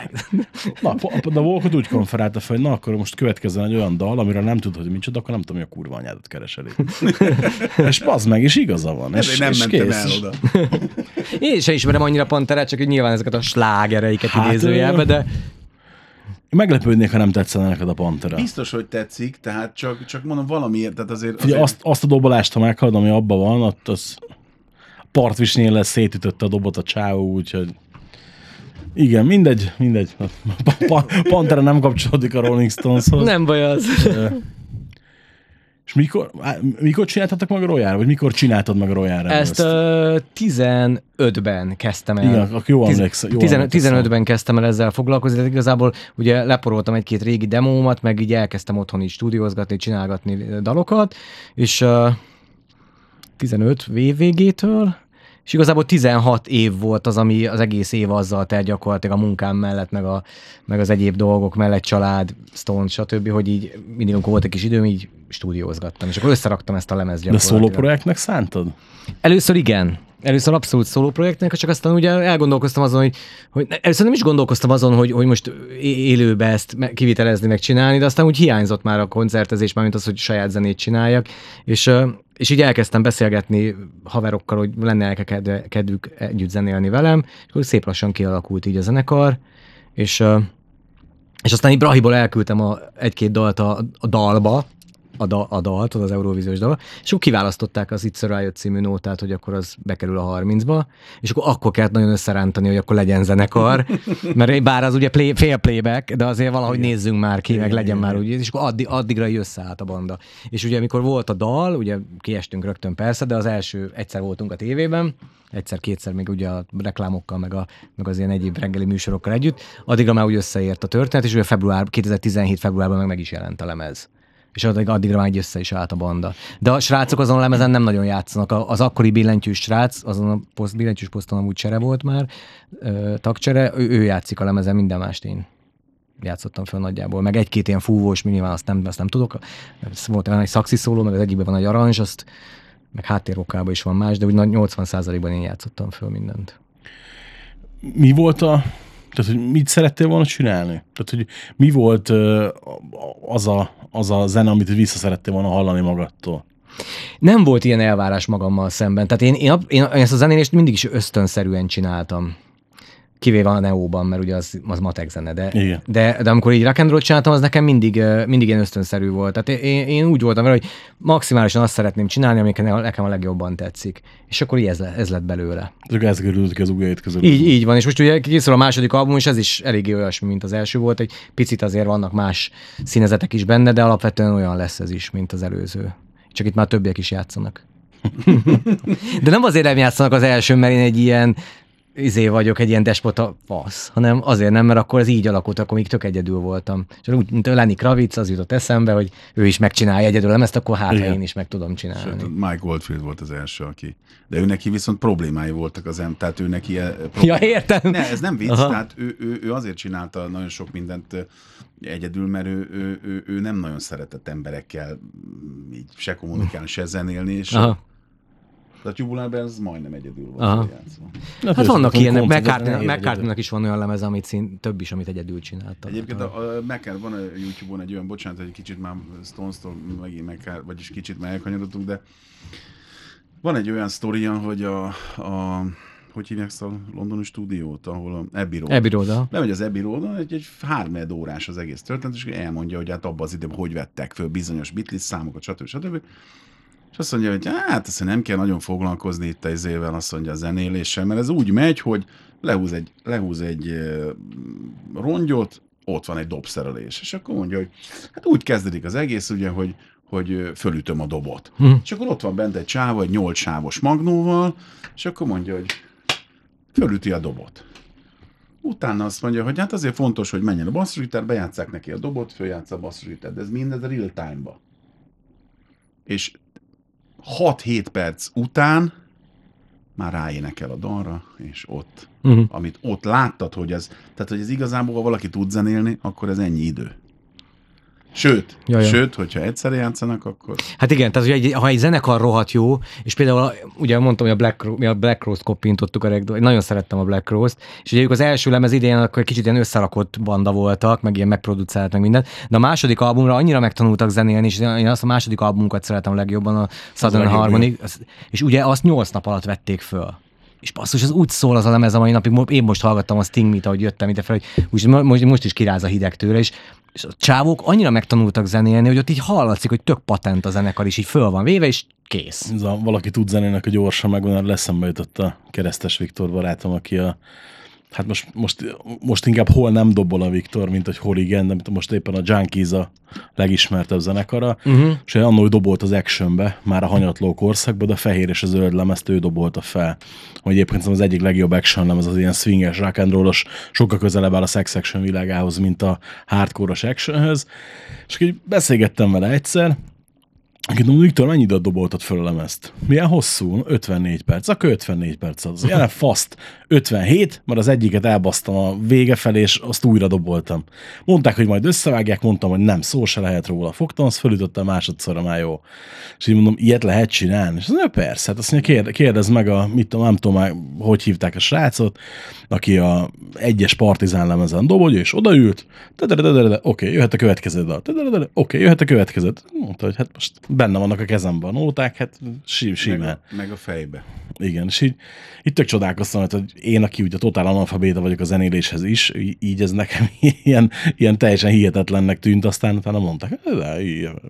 a Volkot úgy konferálta fel, hogy akkor most következzen egy olyan dal, amiről nem tudod, hogy micsoda, akkor nem tudom, hogy a kurva anyádat kereseli. És bazd meg, és igaza van. És nem mentem el oda. Én sem ismerem annyira Panterát, csak hogy nyilván ezeket a slágereiket idézőjelbe, de... Meglepődnék, ha nem tetszene neked a Pantera. Biztos, hogy tetszik, tehát csak mondom valamiért, tehát azért... Figyelj, azt a dobolást, ha meghallod, ami abban van, ott az partvisnél lesz szétütötte a dobot a csávó, úgyhogy... Igen, mindegy. Pantera nem kapcsolódik a Rolling Stoneshoz. Nem baj az. És mikor csináltatok meg a Royal? Vagy mikor csináltad meg a Royal Rebels-t? Ezt 15-ben kezdtem el. Igen, akkor jó emlékszem. 15-ben kezdtem el ezzel foglalkozni, de igazából ugye leporoltam egy-két régi demómat, meg így elkezdtem otthon így stúdiózgatni, csinálgatni dalokat, és 15 év végétől, és igazából 16 év volt az, ami az egész év azzal telt gyakorlatilag a munkám mellett, meg az egyéb dolgok mellett, család, Stones, stb., hogy így mindig, amikor volt egy kis időm, így stúdiózgattam, és akkor összeraktam ezt a lemezt gyakorlatilag. De szólóprojektnek szántad? Először igen. Először abszolút szólóprojektnek, csak aztán ugye elgondolkoztam azon, hogy először nem is gondolkoztam azon, hogy most élőbe ezt kivitelezni, meg csinálni, de aztán úgy hiányzott már a koncertezés, mármint az, hogy saját zenét csináljak, és így elkezdtem beszélgetni haverokkal, hogy lenne kedvük együtt zenélni velem, és akkor szép lassan kialakult így a zenekar, és aztán így Brahiból elküldtem egy-két dalt a dalba, a dalt, az Eurovíziós dal, és akkor kiválasztották az It's a Riot című nótát, hogy akkor az bekerül a 30-ba, és akkor kellett nagyon összerántani, hogy akkor legyen zenekar, mert bár az ugye fél playback, de azért valahogy nézzünk már ki, meg legyen már úgy, és akkor addigra így összeállt a banda. És ugye amikor volt a dal, ugye kiestünk rögtön persze, de az első egyszer voltunk a tévében, egyszer-kétszer még ugye a reklámokkal, meg az ilyen egyéb reggeli műsorokkal együtt, addigra már úgy összeért a történet, és ugye 2017 februárban meg is jelent a lemez. És addigra már így össze is állt a banda. De a srácok azon a lemezen nem nagyon játszanak. Az akkori billentyűs srác, azon a billentyűs poszton amúgy csere volt már, tagcsere, ő játszik a lemezen, minden mást én játszottam fel nagyjából. Meg egy-két ilyen fúvós, nyilván azt nem tudok. Volt egy szaxi szóló, meg az egyikben van egy aranzs, azt meg háttérokában is van más, de úgy 80%-ban én játszottam föl mindent. Mi volt tehát, hogy mit szerettél volna csinálni? Tehát, hogy mi volt az a zene, amit vissza szerettél volna hallani magadtól? Nem volt ilyen elvárás magammal szemben. Tehát én ezt a zenélést mindig is ösztönszerűen csináltam. Kivéve a Neo-ban, mert ugye az matek zene, de amikor így rock and roll csináltam, az nekem mindig ilyen ösztönszerű volt. Tehát én úgy voltam vele, hogy maximálisan azt szeretném csinálni, ami nekem a legjobban tetszik. És akkor így ez lett belőle. Ez kerültek az ujjait közül. Így van, és most ugye készül a második album, és ez is eléggé olyasmi, mint az első volt. Egy picit azért vannak más színezetek is benne, de alapvetően olyan lesz ez is, mint az előző. Csak itt már többiek is játszanak. De nem azért nem játszanak az elsőn, mert én egy ilyen vagyok, egy ilyen despota fasz, hanem azért nem, mert akkor ez így alakult, akkor még tök egyedül voltam. És úgy, mint Lenny Kravitz, az jutott eszembe, hogy ő is megcsinálja egyedül lemezt, akkor hát én is meg tudom csinálni. Sőt, Mike Oldfield volt az első, aki. De ő neki viszont problémái voltak tehát ő neki... Ja, értem. Ne, ez nem vicc, tehát ő azért csinálta nagyon sok mindent egyedül, mert ő nem nagyon szeretett emberekkel így se kommunikálni, se zenélni, és a Tubulárban ez majdnem egyedül volt. Hát vannak ilyenek, McCartney-nak is van olyan lemez, amit több is, amit egyedül csináltak. Egyébként van a YouTube-on egy olyan, bocsánat, hogy kicsit már Stones-tól megint vagyis kicsit már elkanyarodtunk, de van egy olyan sztoria, hogy hogy hívják ezt a londoni stúdiót, ahol a Abbey Road. Bemegy az Abbey Road-on, egy 3 órás az egész történet, és elmondja, hogy hát abban az időben hogy vettek föl bizonyos Beatles számokat, stb. És azt mondja, hogy hát ezt nem kell nagyon foglalkozni itt az évvel, azt mondja a zenéléssel, mert ez úgy megy, hogy lehúz egy rongyot, ott van egy dobszerelés. És akkor mondja, hogy hát úgy kezdődik az egész, ugye, hogy fölütöm a dobot. És akkor ott van bent egy csáva, egy 8 sávos magnóval, és akkor mondja, hogy fölüti a dobot. Utána azt mondja, hogy hát azért fontos, hogy menjen a basszusgitár, bejátsszák neki a dobot, följátsza a basszusgitár, de ez mindez real time-ba. És 6-7 perc után már ráénekel a dalra, és ott, amit ott láttad, hogy ez igazából, ha valaki tud zenélni, akkor ez ennyi idő. Sőt, hogyha egyszerre játszanak, akkor... Hát igen, tehát hogy ha egy zenekar rohadt jó, és például ugye mondtam, hogy a Black Rose-t koppintottuk, nagyon szerettem a Black Rose-t, és ugye ők az első lemez idején akkor kicsit ilyen összerakott banda voltak, meg ilyen megproducált, meg minden, de a második albumra annyira megtanultak zenélni, és én azt a második albumukat szeretem a legjobban, a Southern Harmony, és ugye azt 8 nap alatt vették föl. És basszus, ez úgy szól az a lemez a mai napig, én most hallgattam a Sting Meet, ahogy jöttem ide fel, hogy most is kiráz a hideg tőle, és a csávók annyira megtanultak zenélni, hogy ott így hallatszik, hogy tök patent a zenekar, és így föl van véve, és kész. Ez valaki tud zenélni, hogy gyorsan megvan, eszembe jutott a Keresztes Viktor barátom, aki hát most inkább hol nem dobol a Viktor, mint hogy hol igen, de most éppen a Junkies a legismertebb zenekara, és annól dobolt az Actionbe, már a hanyatló korszakban, de a fehér és a zöld lemezt ő dobolta fel. Hogy egyébként az egyik legjobb action lemez, az ilyen swinges, rock and rollos, sokkal közelebb áll a sex action világához, mint a hardcore-os actionhöz. És így beszélgettem vele egyszer, mondom, Viktor, mennyi időt doboltad föl a lemezt? Milyen hosszú? 54 perc. Akkor 54 perc az. Jelen faszt 57, mert az egyiket elbasztam a vége felé, és azt újra doboltam. Mondták, hogy majd összevágják, mondtam, hogy nem, szó se lehet róla. Fogtam, azt fölütöttem másodszorra, már jó. És így mondom, ilyet lehet csinálni? És azt mondja, persze, hát azt mondja, kérdezd meg nem tudom már, hogy hívták a srácot, aki a egyes Partizán lemezen dobol, és odaült, oké, jöhet a következő dal, oké, jöhet a következő. Mondta, hogy hát most benne vannak a kezemben a nóták, hát simán. Meg a fejbe. Igen, és így tök csodálkoztam, hogy én, aki ugye totál analfabéta vagyok a zenéléshez is, így ez nekem ilyen teljesen hihetetlennek tűnt, aztán utána mondták,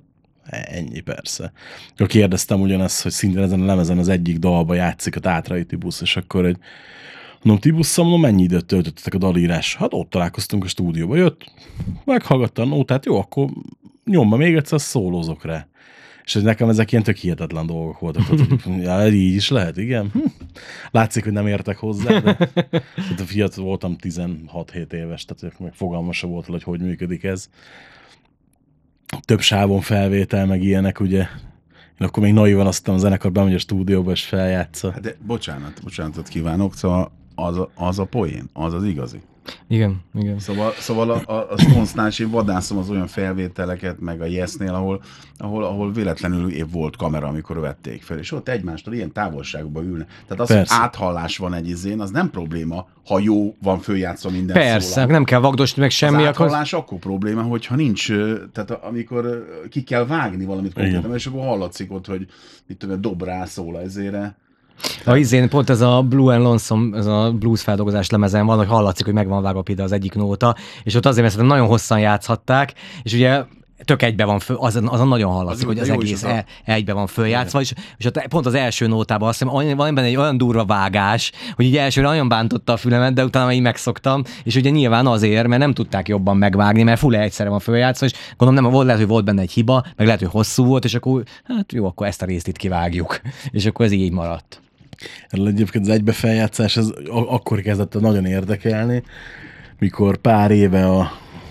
Ennyi, persze. Akkor kérdeztem ugyanezt, hogy szintén ezen a lemezen az egyik dalba játszik a Tátrai Tibusz, és akkor egy mondom, Tibusszal, mondom, mennyi időt töltöttetek a dalírás? Hát ott találkoztunk a stúdióba, jött, meghallgatta a nótát, jó, akkor nyomba még egyszer, szólózok rá. És hogy nekem ezek ilyen tök hihetetlen dolgok voltak. Ja, így is lehet, igen. Látszik, hogy nem értek hozzá, de a fiatal voltam 16-7 éves, tehát meg fogalma sem volt, hogy működik ez. Több sávon felvétel, meg ilyenek, ugye. Én akkor még naivan aztán a zenekar bemegy a stúdióba, és feljátsza. Hát de bocsánatot kívánok, szóval az a poén, az az igazi. Igen. Szóval a Stones-nál is én vadászom az olyan felvételeket, meg a Yes-nél, ahol véletlenül épp volt kamera, amikor vették fel, és ott egymástól ilyen távolságban ülne. Tehát az, hogy áthallás van egy izén, az nem probléma, ha jó van följátszva minden Persze, szólal. nem kell vagdosni meg semmi. Az áthallás akkor probléma, hogyha nincs, tehát amikor ki kell vágni valamit konkrétan, és akkor hallatszik ott, hogy mit tudom, dob rá szól ezére. Pont ez a Blue and Lonesome, ez a blues feldolgozás lemezen van, hogy hallatszik, hogy meg van vágva például az egyik nóta, és ott azért, mert nagyon hosszan játszhatták, és ugye tök egybe van föl, azon nagyon hallatszik, hogy az egész egybe van följátszva, és ott pont az első nótában azt hiszem, van benne egy olyan durva vágás, hogy így elsőre nagyon bántotta a fülemet, de utána így megszoktam, és ugye nyilván azért, mert nem tudták jobban megvágni, mert full egyszerre van följátszva, és gondolom nem, lehet, hogy volt benne egy hiba, meg lehet, hogy hosszú volt, és akkor hát jó, akkor ezt a részt itt kivágjuk, és akkor ez így maradt. Erről egyébként az egybefeljátszás, ez akkor kezdett nagyon érdekelni, mikor pár éve a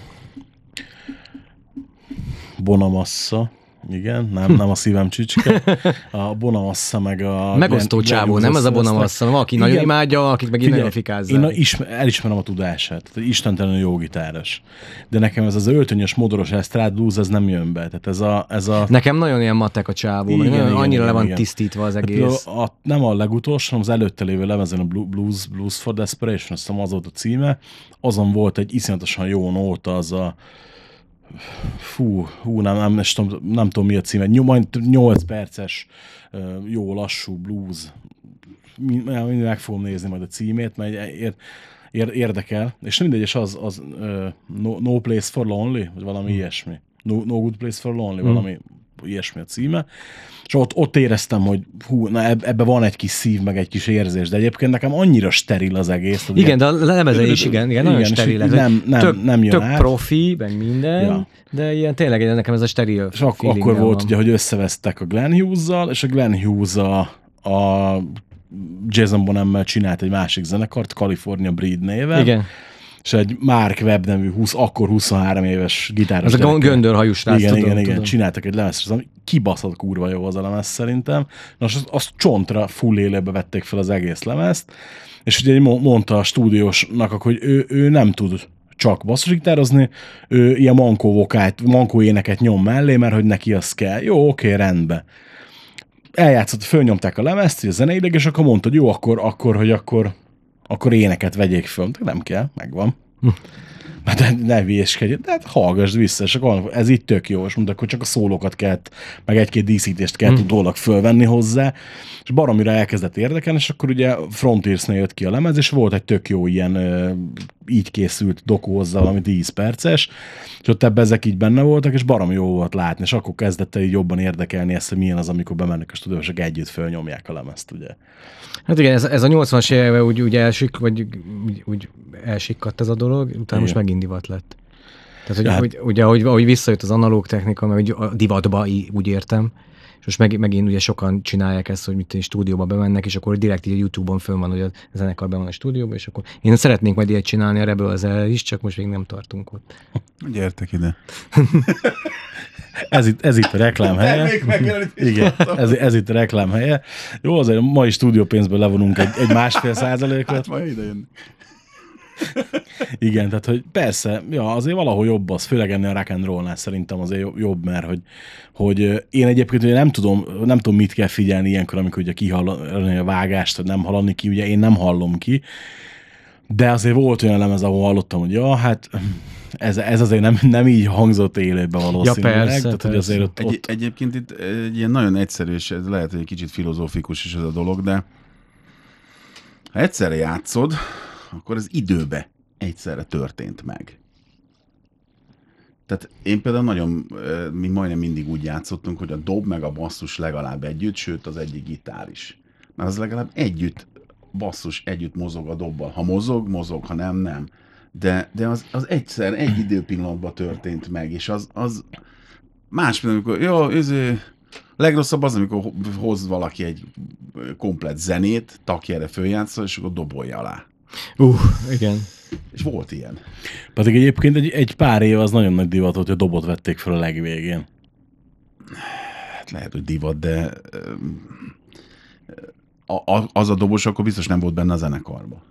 Bonamassa, igen, nem a szívem csücske, a Bonamassa meg a... Megosztó csávó, nem az a Bonamassa, valaki nagyon imádja, akik meg nagyon fikázzák. Én elismerem a tudását, tehát istentelenül jó gitáros. De nekem ez az öltönyös, modoros Estrada blues, ez nem jön be. Tehát ez a... Nekem nagyon ilyen matek a csávó, annyira le van tisztítva az egész. Nem a legutolsó, hanem az előtte lévő lemezen a Blues for Desperation, azt hiszem az volt a címe. Azon volt egy iszonyatosan jó nóta, az a nem tudom mi a címe, majd 8 perces jó lassú blues. Mindig meg fogom nézni majd a címét, mert érdekel. És mindegy, és az No Place for Lonely, vagy valami ilyesmi. No Good Place for Lonely, valami ilyesmi a címe. És ott éreztem, hogy ebben van egy kis szív, meg egy kis érzés, de egyébként nekem annyira steril az egész. Igen, de a lemeze is igen, nagyon steril. Nem jön tök át. profi, meg minden, de ilyen tényleg nekem ez a steril és akkor volt ugye, hogy összevesztek a Glenn Hughes-zal, és a Glenn Hughes a Jason Bonham-mel csinált egy másik zenekart, California Breed néven. Igen. És egy Mark Webb nevű akkor 23 éves gitáros. Az a göndörhajú srác, igen. Csináltak egy lemezt, ami kibaszott kurva jó az a lemez szerintem. Azt csontra full élőbe vették fel az egész lemezt, és ugye mondta a stúdiósnak, hogy ő nem tud csak basszusgitározni, ő ilyen mankó éneket nyom mellé, mert hogy neki az kell. Jó, oké, rendben. Eljátszott, fölnyomták a lemezt, a zeneileg, és akkor mondta, hogy jó, akkor éneket vegyék föl. Nem kell, megvan. De ne hülyéskedj, de hát hallgassd vissza, és akkor ez itt tök jó, és mondta, hogy csak a szólókat kellett, meg egy-két díszítést kellett utólag fölvenni hozzá, és baromira elkezdett érdekelni, és akkor ugye Frontiersnél jött ki a lemez, és volt egy tök jó ilyen így készült doku hozzá, valami 10 perces, és ott ebben ezek így benne voltak, és baromi jó volt látni, és akkor kezdett el így jobban érdekelni ezt, hogy milyen az, amikor bemennek a stúdiósok együtt fölnyomják a lemezt, ugye. Hát igen, ez a 80-as években úgy elsikkadt ez a dolog, utána most megint divat lett. Tehát, hogy visszajött az analóg technika, meg a divatba úgy értem, és most megint ugye sokan csinálják ezt, hogy mit stúdióba bemennek, és akkor direkt így a YouTube-on fönn van, hogy a zenekar be van a stúdióba, és akkor én szeretnék majd ilyet csinálni a Rebelzel is, csak most még nem tartunk ott. Gyertek ide. Ez itt a reklámhelye. Igen, ez itt a reklámhelye. Jó, azért a mai stúdiópénzből levonunk egy 1,5%-ot. Hát majd ide jönni. Igen, tehát hogy persze, ja, azért valahol jobb az, főleg ennél a rock and rollnál szerintem azért jobb, mert hogy én egyébként ugye nem tudom mit kell figyelni ilyenkor, amikor ugye kihallani a vágást, vagy nem hallani ki, ugye én nem hallom ki, de azért volt olyan lemez, ahol hallottam, hogy ja, hát ez azért nem így hangzott élőben valószínűleg. Ja, persze, tehát, persze. Hogy azért ott... Egyébként itt egy ilyen nagyon egyszerű, és ez lehet, hogy egy kicsit filozófikus is ez a dolog, de ha egyszerre játszod, akkor az időbe egyszerre történt meg. Tehát én például nagyon, mi majdnem mindig úgy játszottunk, hogy a dob meg a basszus legalább együtt, sőt az egyik gitár is. Mert az legalább együtt, basszus együtt mozog a dobbal. Ha mozog, ha nem, nem. De az egyszer, egy időpillanatban történt meg, és az más, mint amikor, legrosszabb az, amikor hoz valaki egy komplett zenét, takjára följátszol, és akkor dobolja alá. Igen. És volt ilyen. Pedig egyébként egy pár év az nagyon nagy divat volt, hogy a dobot vették fel a legvégén. Hát lehet, hogy divat, de az a dobos akkor biztos nem volt benne a zenekarban.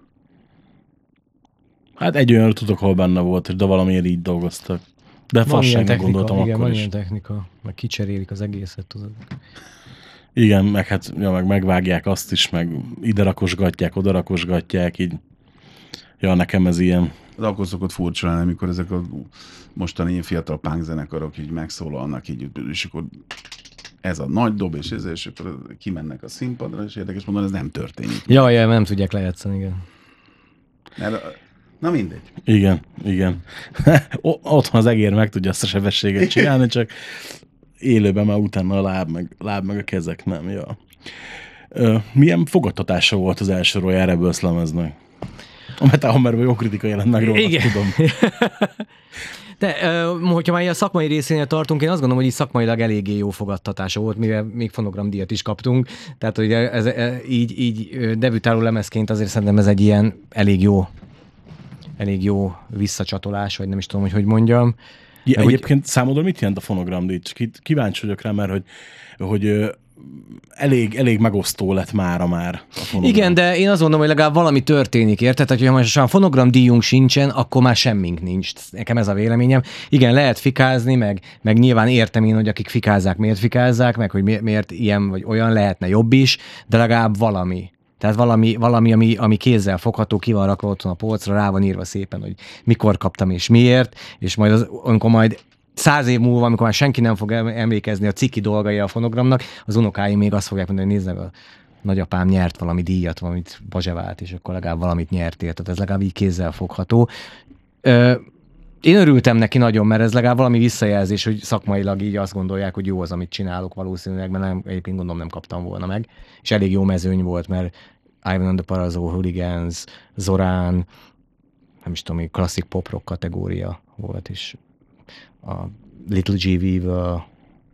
Hát egy olyan tudok, hol benne volt, de valamiért így dolgoztak. De fasságnak gondoltam igen, akkor van is. ilyen technika, meg kicserélik az egészet, tudod. Igen, meg hát meg megvágják azt is, meg ide rakosgatják, oda rakosgatják, így. Ja, nekem ez ilyen. Az akkor szokott furcsa lenni, amikor ezek a mostani fiatal punk zenekarok így megszólalnak, így, és akkor ez a nagy dob, és akkor kimennek a színpadra, és érdekes mondani, ez nem történik. Jaj, nem tudják lejátszani, igen. Na mindegy. Igen. Otthon az egér meg tudja azt a sebességet csinálni, csak élőben már utána a láb meg a kezek nem. Ja. Milyen fogadtatása volt az első Royal Rebels lemeznek? A Metal Hammerben jó kritika jelent meg róla, tudom. De hogyha már a szakmai részénél tartunk, én azt gondolom, hogy így szakmailag eléggé jó fogadtatása volt, mivel még fonogramdíjat is kaptunk. Tehát, hogy így debütáló lemezként azért szerintem ez egy ilyen elég jó visszacsatolás, vagy nem is tudom, hogy mondjam. Ja, egyébként számodra mit jelent a fonogramdíj? Kíváncsi vagyok rá, mert hogy elég megosztó lett mára már a fonogram. Igen, de én azt mondom, hogy legalább valami történik, érted? Tehát, hogyha most a fonogramdíjunk sincsen, akkor már semmink nincs. Nekem ez a véleményem. Igen, lehet fikázni, meg nyilván értem én, hogy akik fikázzák, miért fikázzák, meg hogy miért ilyen vagy olyan, lehetne jobb is, de legalább valami. Tehát valami ami kézzel fogható, ki van rakva otthon a polcra, rá van írva szépen, hogy mikor kaptam és miért, és amikor majd 100 év múlva, amikor már senki nem fog emlékezni a ciki dolgai a fonogramnak, az unokáim még azt fogják mondani, hogy nézd meg, a nagyapám nyert valami díjat, valamit bazsevált, és akkor legalább valamit nyertél. Tehát ez legalább így kézzel fogható. Én örültem neki nagyon, mert ez legalább valami visszajelzés, hogy szakmailag így azt gondolják, hogy jó az, amit csinálok valószínűleg, mert egyébként gondolom nem kaptam volna meg. És elég jó mezőny volt, mert Ivan and the Parazzo, Hooligans, Zorán, nem is tudom, klasszik pop-rock kategória volt, és a Little G.V.-vel.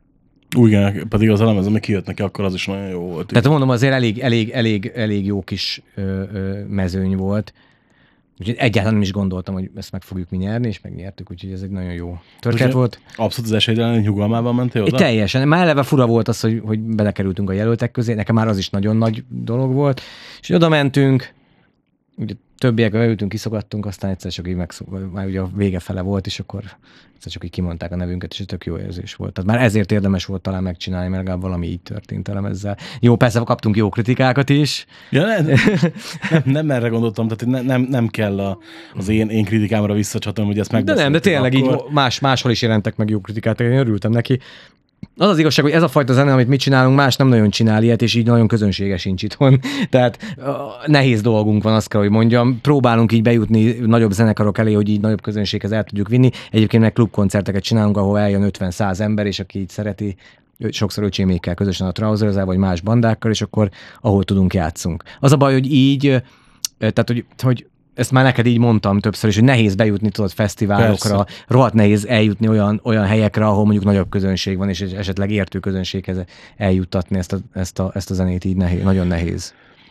Igen, pedig az a lemez, ami kijött neki, akkor az is nagyon jó volt. Tehát mondom, azért elég jó kis mezőny volt. Úgyhogy egyáltalán nem is gondoltam, hogy ezt meg fogjuk mi nyerni, és megnyertük, úgyhogy ez egy nagyon jó történet volt. Abszolút az esélytelen nyugalmában mentél oda? Teljesen. Már eleve fura volt az, hogy belekerültünk a jelöltek közé, nekem már az is nagyon nagy dolog volt. És oda mentünk, ugye többiek beültünk, kiszogattunk, aztán egyszer csak így már ugye a vége fele volt, és akkor egyszer csak így kimondták a nevünket, és ez tök jó érzés volt. Tehát már ezért érdemes volt talán megcsinálni, mert legalább valami így történt elem ezzel. Jó, persze kaptunk jó kritikákat is. Ja, nem erre gondoltam, tehát nem kell az én kritikámra visszacsatolni, hogy ezt megbeszéltük. De tényleg akkor. Így máshol is jelentek meg jó kritikát, én örültem neki. Az az igazság, hogy ez a fajta zene, amit mi csinálunk, más nem nagyon csinál ilyet, és így nagyon közönséges sincs itthon. Tehát nehéz dolgunk van, azt kell, hogy mondjam. Próbálunk így bejutni nagyobb zenekarok elé, hogy így nagyobb közönséghez el tudjuk vinni. Egyébként meg klubkoncerteket csinálunk, ahol eljön 50-100 ember, és aki így szereti, sokszor öcsémékkel közösen a Trouserzzel, vagy más bandákkal, és akkor ahol tudunk játszunk. Az a baj, hogy így, tehát hogy ezt már neked így mondtam többször is, hogy nehéz bejutni, tudod, fesztiválokra, rohadt nehéz eljutni olyan helyekre, ahol mondjuk nagyobb közönség van, és esetleg értő közönséghez eljuttatni ezt a zenét így nehéz, nagyon nehéz.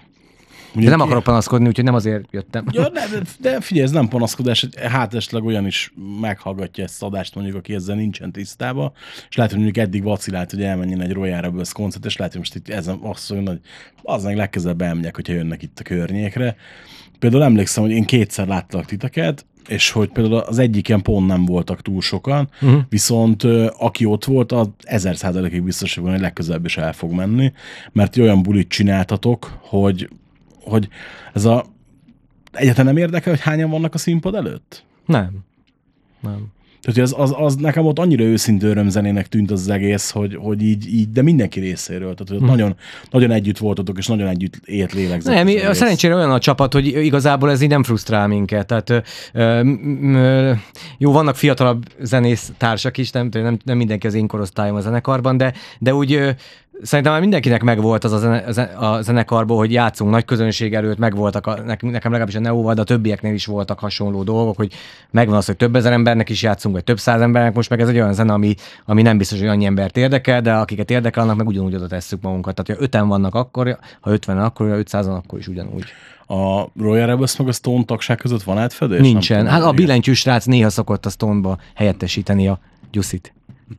De nem akarok panaszkodni, úgyhogy nem azért jöttem. Ja, de figyelj, ez nem panaszkodás, hát esetleg olyan is meghallgatja ezt az adást, mondjuk, aki ezzel nincsen tisztában, és lehet, hogy mondjuk eddig vacilált, hogy elmenjen egy Royal Rebels koncert, és lehet, hogy most itt ezen azt mondja, hogy az meg legközelebb elmegyek, hogyha jönnek itt a környékre. Például emlékszem, hogy én 2-szer láttalak titeket, és hogy például az egyik ilyen pont nem voltak túl sokan, viszont aki ott volt, az 1000%-ig biztos, hogy legközelebb is el fog menni, mert olyan bulit csináltatok, hogy ez egyáltalán nem érdekel, hogy hányan vannak a színpad előtt? Nem. Tehát Tehát az nekem ott annyira őszintű örömzenének tűnt az egész, hogy így, de mindenki részéről. Tehát hogy nagyon, nagyon együtt voltatok, és nagyon együtt élt lélegzett. Nem, szerencsére olyan a csapat, hogy igazából ez így nem frusztrál minket. Tehát jó, vannak fiatalabb zenész társak is, nem mindenki az én korosztályom a zenekarban, de úgy szerintem már mindenkinek megvolt az a zenekarból, hogy játszunk nagy közönség előtt, megvoltak, nekem legalábbis a Neóval, de a többieknél is voltak hasonló dolgok, hogy megvan az, hogy több ezer embernek is játszunk, vagy több száz embernek, most meg ez egy olyan zene, ami nem biztos, hogy annyi embert érdekel, de akiket érdekel, annak meg ugyanúgy oda tesszük magunkat. Tehát, ha 5-en vannak akkor, ha 50-en akkor, ha 500-an akkor is ugyanúgy. A Royal Rebels meg a Stone tagság között van átfedés? Nincsen. Hát a billentyű srác néha szokott a Stone-ba helyettesíteni a Gyuszit.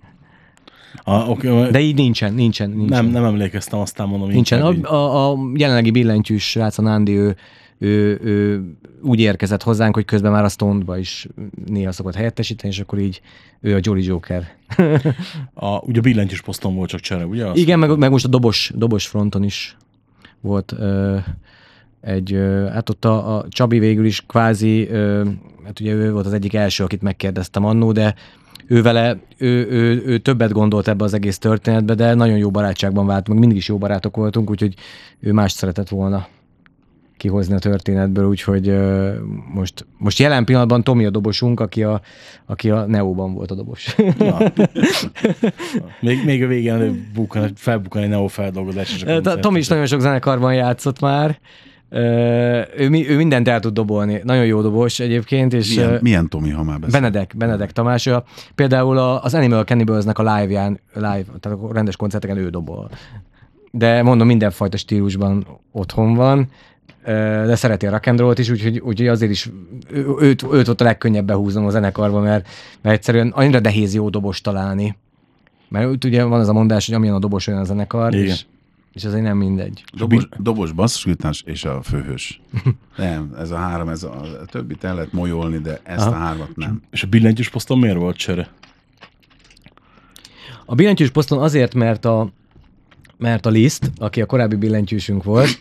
Okay. De így nincsen. Nem emlékeztem, aztán mondom. Nincsen. A jelenlegi billentyűs srác, a Nándi, ő úgy érkezett hozzánk, hogy közben már a Stone-ba is néha szokott helyettesíteni, és akkor így ő a Jolly Joker. Ugye a billentyűs poszton volt csak csere, ugye? Igen, meg most a dobos fronton is volt hát ott a Csabi végül is kvázi, hát ugye ő volt az egyik első, akit megkérdeztem annó, de ő többet gondolt ebbe az egész történetbe, de nagyon jó barátságban vált, meg mindig is jó barátok voltunk, úgyhogy ő mást szeretett volna kihozni a történetből, úgyhogy most jelen pillanatban Tomi a dobosunk, aki a Neóban volt a dobos. Még a végén felbukkan egy Neó feldolgozás. Tomi is nagyon sok zenekarban játszott már. Ő mindent el tud dobolni. Nagyon jó dobos egyébként. És milyen Tomi, ha már beszél? Benedek Tamás. Például az Animal Cannibals-nek a live, tehát a rendes koncerteken ő dobol. De mondom, mindenfajta stílusban otthon van, de szereti a rock and rollt is, úgyhogy azért is őt ott a legkönnyebb behúznom a zenekarba, mert egyszerűen annyira nehéz jó dobos találni. Mert ugye van az a mondás, hogy amilyen a dobos, olyan a zenekar, és azért nem mindegy. Dobos, basszusgitás és a főhős. Nem, ez a három, a többit el lehet molyolni, de ezt a hármat nem. És a billentyűs poszton miért volt csere? A billentyűs poszton azért, mert a Liszt, aki a korábbi billentyűsünk volt,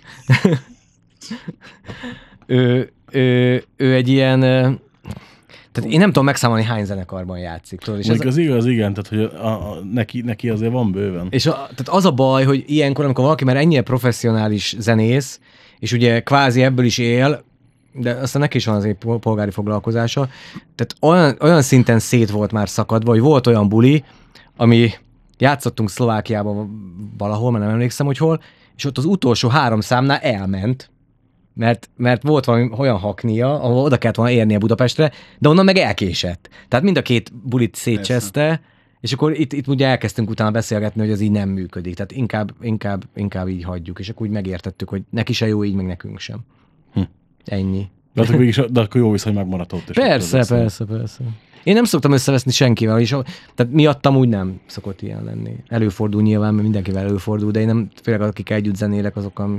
ő egy ilyen, tehát én nem tudom megszámolni, hány zenekarban játszik. Tudod, és az igaz, igen, tehát hogy neki azért van bőven. És tehát az a baj, hogy ilyenkor, amikor valaki már ennyire professzionális zenész, és ugye kvázi ebből is él, de aztán neki is van azért polgári foglalkozása, tehát olyan szinten szét volt már szakadva, hogy volt olyan buli, ami játszottunk Szlovákiában valahol, mert nem emlékszem, hogy hol, és ott az utolsó 3 számnál elment, mert volt valami olyan haknia, ahol oda kellett volna érnie Budapestre, de onnan meg elkésett. Tehát mind a két bulit szétcseszte, és akkor itt ugye elkezdtünk utána beszélgetni, hogy az így nem működik. Tehát inkább így hagyjuk, és akkor úgy megértettük, hogy neki se jó így, meg nekünk sem. Ennyi. De akkor jó viszony megmaradt ott. Persze. Én nem szoktam összeveszni senkivel, és tehát miattam úgy nem szokott ilyen lenni. Előfordul nyilván, mert mindenkivel előfordul, de én nem, főleg akikkel együtt zenélek, azokkal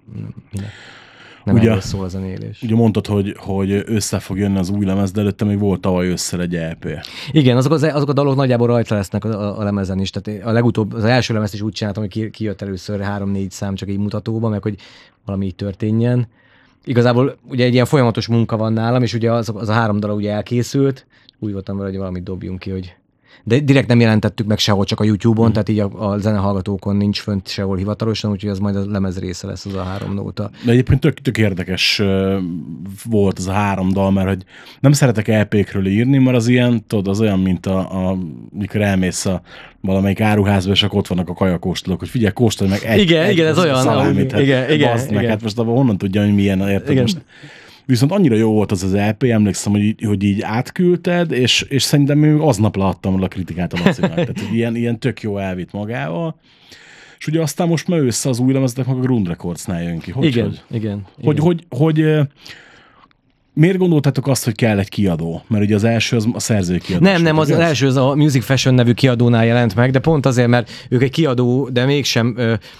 nem erről szól a zenélés. Ugye mondtad, hogy össze fog jönni az új lemez, de előtte még volt tavaly ősszel egy EP. Igen, azok a dalok nagyjából rajta lesznek a lemezen is. Tehát a legutóbb, az első lemezt is úgy csináltam, hogy kijött először 3-4 szám csak így mutatóba, meg hogy valami így történjen. Igazából ugye egy ilyen folyamatos munka van nálam, és ugye az a 3 dal ugye elkészült, úgy voltam vele, hogy valamit dobjunk ki, hogy... De direkt nem jelentettük meg sehol, csak a YouTube-on, tehát így a zenehallgatókon nincs fönt sehol hivatalosan, úgyhogy az majd a lemez része lesz az a 3 nóta. De egyébként tök érdekes volt az a 3 dal, mert hogy nem szeretek EP-kről írni, mert az ilyen, tudod, az olyan, mint mikor elmész valamelyik áruházba, és akkor ott vannak a kajakóstolók, hogy figyelj, kóstolj meg egy igen, ez olyan. Szalámit, igen. Hát most abban honnan tudja, hogy milyen, érted most. Viszont annyira jó volt az EP, emlékszem, hogy így átküldted, és szerintem még aznap láttam a kritikát a Lacinak. Tehát ilyen tök jó elvitt magával. És ugye aztán most már össze az új lemeznek meg a Grund Recordsnál jön ki. Igen. Hogy miért gondoltátok azt, hogy kell egy kiadó? Mert ugye az első az a szerzői kiadó. Nem, az első az a Music Fashion nevű kiadónál jelent meg, de pont azért, mert ők egy kiadó, de mégsem,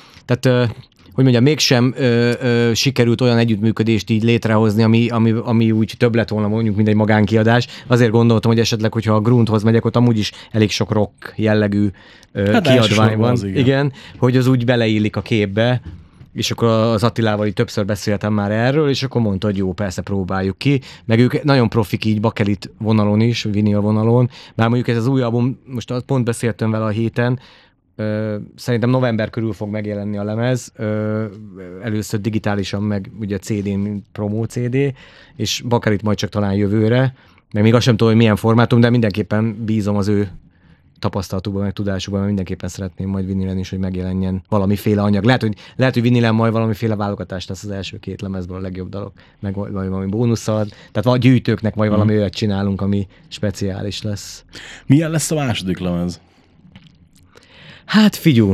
hogy mondjam, mégsem sikerült olyan együttműködést így létrehozni, ami úgy több lett volna mondjuk, mint egy magánkiadás. Azért gondoltam, hogy esetleg, hogyha a Grundhoz megyek, ott amúgy is elég sok rock jellegű kiadvány van. Igen, hogy az úgy beleillik a képbe. és akkor az Attilával így többször beszéltem már erről, és akkor mondta, hogy jó, persze próbáljuk ki, meg ők nagyon profik így bakelit vonalon is, vinyl vonalon, már mondjuk ez az új album, most pont beszéltem vele a héten, szerintem november körül fog megjelenni a lemez, először digitálisan, meg ugye CD-n, promo CD, és bakelit majd csak talán jövőre, meg még azt sem tudom, hogy milyen formátum, de mindenképpen bízom az ő tapasztalatukban, meg tudásukban, mert mindenképpen szeretném majd vinilen is, hogy megjelenjen valamiféle anyag. Lehet, hogy vinilen majd valamiféle válogatást lesz az első 2 lemezből a legjobb dalok, meg valami bónusszal. Tehát vagy gyűjtőknek majd valami olyat csinálunk, ami speciális lesz. Milyen lesz a második lemez? Hát figyú,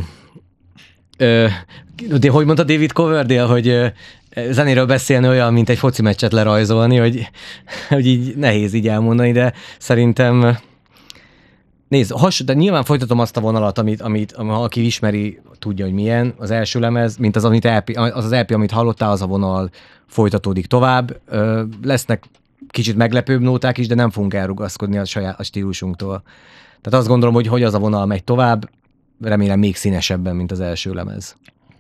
de hogy mondta David Coverdale, hogy zenéről beszélni olyan, mint egy foci meccset lerajzolni, hogy így nehéz így elmondani, de szerintem nézd, de nyilván folytatom azt a vonalat, amit aki ismeri, tudja, hogy milyen az első lemez, mint az LP, amit hallottál, az a vonal folytatódik tovább. Lesznek kicsit meglepőbb nóták is, de nem fogunk elrugaszkodni a stílusunktól. Tehát azt gondolom, hogy az a vonal megy tovább, remélem még színesebben, mint az első lemez.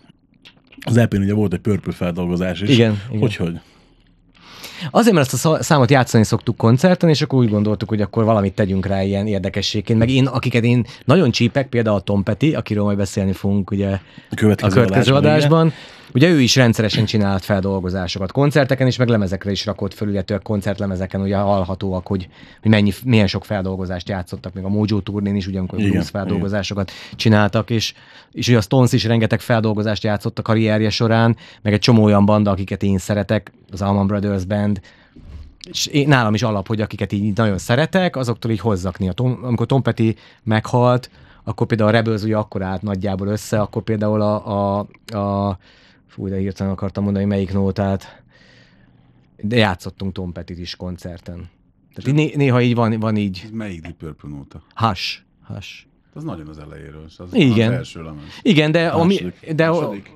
Az EP-n ugye volt egy Purple feldolgozás is. Igen. Hogy? Azért, mert ezt a számot játszani szoktuk koncerten, és akkor úgy gondoltuk, hogy akkor valamit tegyünk rá ilyen érdekességként. Meg akiket én nagyon csípek, például a Tom Petty, akiről majd beszélni fogunk ugye a következő adásban. Ugye ő is rendszeresen csinált feldolgozásokat koncerteken is, meg lemezekre is rakott föl, illetve koncertlemezeken ugye hallhatóak, hogy milyen sok feldolgozást játszottak, még a Mojo turnén is, ugyanakkor blues feldolgozásokat csináltak, és ugye a Stones is rengeteg feldolgozást játszott a karrierje során, meg egy csomó olyan banda, akiket én szeretek, az Allman Brothers Band, és nálam is alap, hogy akiket így nagyon szeretek, azoktól így hozzakni. Amikor Tom Petty meghalt, akkor például a Rebels ugye akkor állt nagyjából össze, akkor például fú, de hirtelen akartam mondani, melyik nótát, de játszottunk Tom Pettyt is koncerten. Tehát néha így van így... Melyik Deep Purple nóta? Hush. Az nagyon az elejéről, az igen. Az első lemez. Igen, de... Második.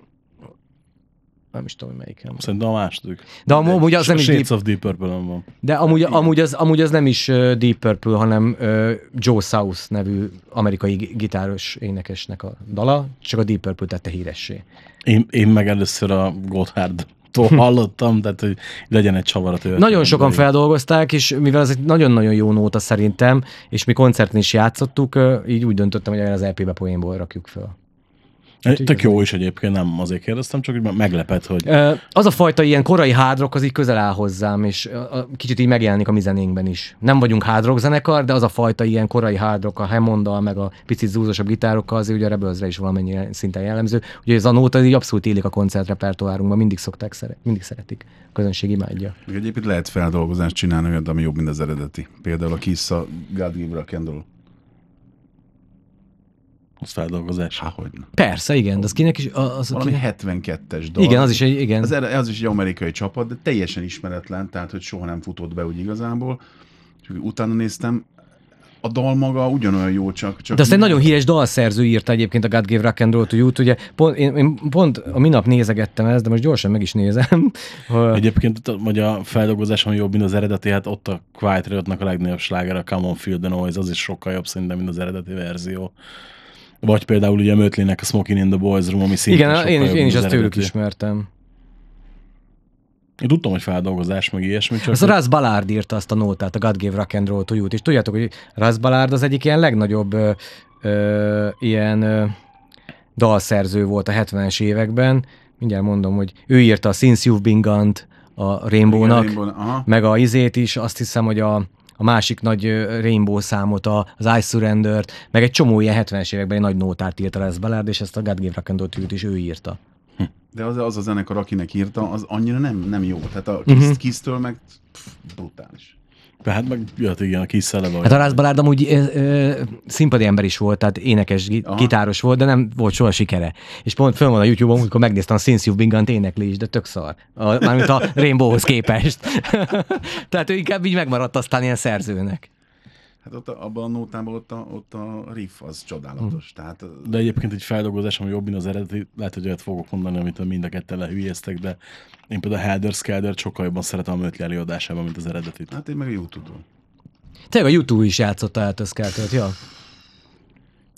Nem is tudom, melyiken. Szerintem a második. De amúgy az nem is Shades of Deep Purple-on van. De amúgy az nem is Deep Purple, hanem Joe South nevű amerikai gitáros énekesnek a dala, csak a Deep Purple tette híressé. Én meg először a Gotthardtól hallottam, tehát hogy legyen egy csavar a történet. Nagyon sokan feldolgozták, és mivel ez egy nagyon-nagyon jó nóta szerintem, és mi koncerten is játszottuk, így úgy döntöttem, hogy az EP-be poénból rakjuk fel. Tök jó is egyébként, nem azért kérdeztem, csak hogy meglepett, hogy... Az a fajta ilyen korai hard rock, az így közel áll hozzám, és kicsit így megjelenik a mi zenénkben is. Nem vagyunk hard rock zenekar, de az a fajta ilyen korai hard rock, a Hammonddal, meg a picit zúzosabb gitárokkal, azért ugye a Rebelsre is valamennyire szinten jellemző. Ugye ez a nóta így abszolút élik a koncertrepertoárunkban, mindig szeretik, a közönség imádja. Még egyébként lehet feldolgozást csinálni olyat, ami jobb, mint az eredeti. Például a Kiss a God Give Rock and Roll. Az feldolgozás. Hogy? Persze, igen, de az kinek is... Valami 72-es dal. Igen, az is igen. Az is egy amerikai csapat, de teljesen ismeretlen, tehát hogy soha nem futott be úgy igazából. És utána néztem, a dal maga ugyanolyan jó, csak... De azt egy nagyon híres dalszerző írta egyébként a God Gave Rock and Roll to You-t, ugye én pont a minap nézegettem ezt, de most gyorsan meg is nézem. Egyébként hogy a feldolgozás, ami jobb, mint az eredeti, hát ott a Quiet Riotnak a legnagyobb sláger, a Come on Feel the Noise, az is sokkal jobb szerintem, mint az eredeti verzió. Vagy például ugye a Mötleynek a Smoking in the Boys Room, ami szintén igen, sokkal jobb, én is azt tőlük eredeti. ismertem. Én tudtam, hogy feldolgozás, meg ilyesmi. Csak az a Russ Ballard írta azt a nótát, a God Gave Rock and Roll to You-t, és tudjátok, hogy Russ Ballard az egyik ilyen legnagyobb dalszerző volt a 70-es években. Mindjárt mondom, hogy ő írta a Since You've Been Gone-t a Rainbow-nak, meg a izét is, azt hiszem, hogy a másik nagy Rainbow számot, az I Surrender-t, meg egy csomó ilyen 70-es években egy nagy nótát írt a Russ Ballard, és ezt a God Gave Rock and Roll to You-t is ő írta. De az a zenekar, akinek írta, az annyira nem jó. Tehát a Kiss-től meg brutális. Hát meg jött igen, a Kiss eleve. Hát a Russ Ballard amúgy színpadi ember is volt, tehát énekes, gitáros volt, de nem volt soha sikere. És pont fönn van a YouTube-on, amikor megnéztem a Since You've Been Gone-t, énekli is, de tök szar. Mármint a Rainbowhoz képest. Tehát ő inkább így megmaradt aztán ilyen szerzőnek. Hát ott abban a nótában ott a riff az csodálatos. Tehát... De egyébként egy feldolgozás, ami jobb, mint az eredeti, lehet, hogy olyat fogok mondani, amit mind a ketten lehülyeztek, de én például a Helter Skelter sokkal jobban szeretem a Mötley előadásában, mint az eredetit. Hát én meg a YouTube-on. Tényleg a YouTube is játszott a Helter Skeltert, ja?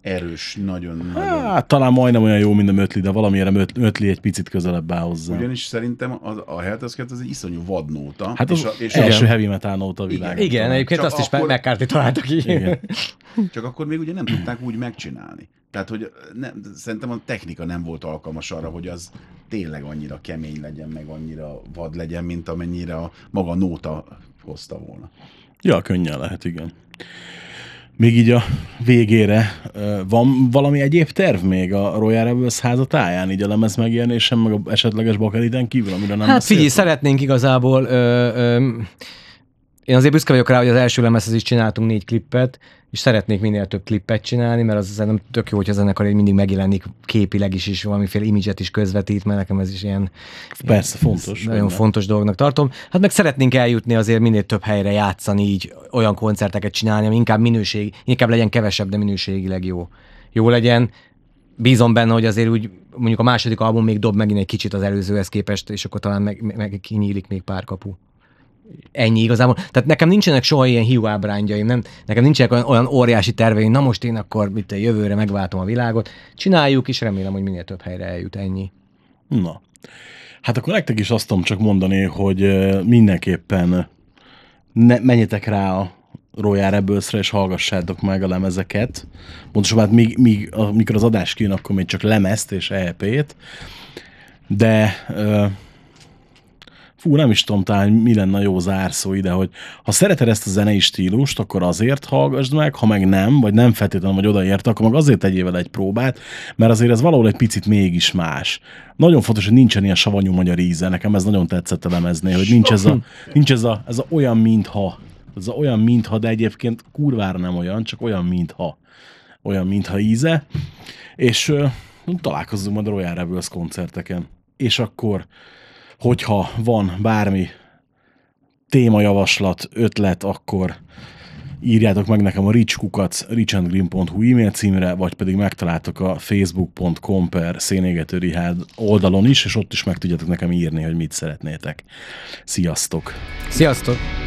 erős, nagyon. Hát talán majdnem olyan jó, mint a Mötley, de valamire Mötley egy picit közelebb áll hozzá. Ugyanis szerintem a Helter Skelter az egy iszonyú vadnóta. Hát az első heavy metal nóta a világon. Igen, egyébként Csak azt is akkor- McCarthy találta ki. Igen. Csak akkor még ugye nem tudták úgy megcsinálni. Tehát, hogy szerintem a technika nem volt alkalmas arra, hogy az tényleg annyira kemény legyen, meg annyira vad legyen, mint amennyire a maga nóta hozta volna. Ja, könnyen lehet, igen. Még így a végére van valami egyéb terv még a Royal Rebels házatáján, így a lemez megjelenésen, meg a esetleges bakeliten kívül, amire nem Hát figyelj, beszéltünk? szeretnénk igazából, én azért büszke vagyok rá, hogy az első lemezhez is csináltunk 4 klippet, és szeretnék minél több klippet csinálni, mert az szerintem tök jó, hogy a zenekar mindig megjelenik képileg is, és valamiféle imidzset is közvetít, mert nekem ez is ilyen Persze, fontos. nagyon benne. fontos dolognak tartom. Hát meg szeretnénk eljutni azért minél több helyre játszani, így olyan koncerteket csinálni, ami inkább legyen kevesebb, de minőségileg jó legyen. Bízom benne, hogy azért úgy mondjuk a második album még dob megint egy kicsit az előzőhez képest, és akkor talán meg kinyílik még pár kapu. Ennyi igazából. Tehát nekem nincsenek soha ilyen hiú ábrányjaim, nekem nincsenek olyan óriási terveim, na most én akkor jövőre megváltom a világot. Csináljuk, és remélem, hogy minél több helyre eljut, ennyi. Na. Hát akkor nektek is azt tudom csak mondani, hogy mindenképpen menjetek rá a Royal Rebelsre, és hallgassátok meg a lemezeket. Pontosabban hát mikor az adás kijön, akkor még csak lemezt és EP-t. De nem is tudom talán, mi lenne a jó zárszó ide, hogy ha szereted ezt a zenei stílust, akkor azért hallgassd meg, ha meg nem, vagy nem feltétlenül vagy odaért, akkor meg azért tegyél vele egy próbát, mert azért ez valahol egy picit mégis más. Nagyon fontos, hogy nincsen ilyen savanyú magyar íze, nekem ez nagyon tetszett a lemezni, hogy nincs ez a olyan, mintha. Ez a olyan, mintha, de egyébként kurvára nem olyan, csak olyan, mintha íze. És találkozzunk majd a Royal Rebels koncerteken. És akkor hogyha van bármi témajavaslat, ötlet, akkor írjátok meg nekem a richandgreen.hu e-mail címre, vagy pedig megtaláltok a facebook.com/szénégetőrihád oldalon is, és ott is meg tudjátok nekem írni, hogy mit szeretnétek. Sziasztok! Sziasztok!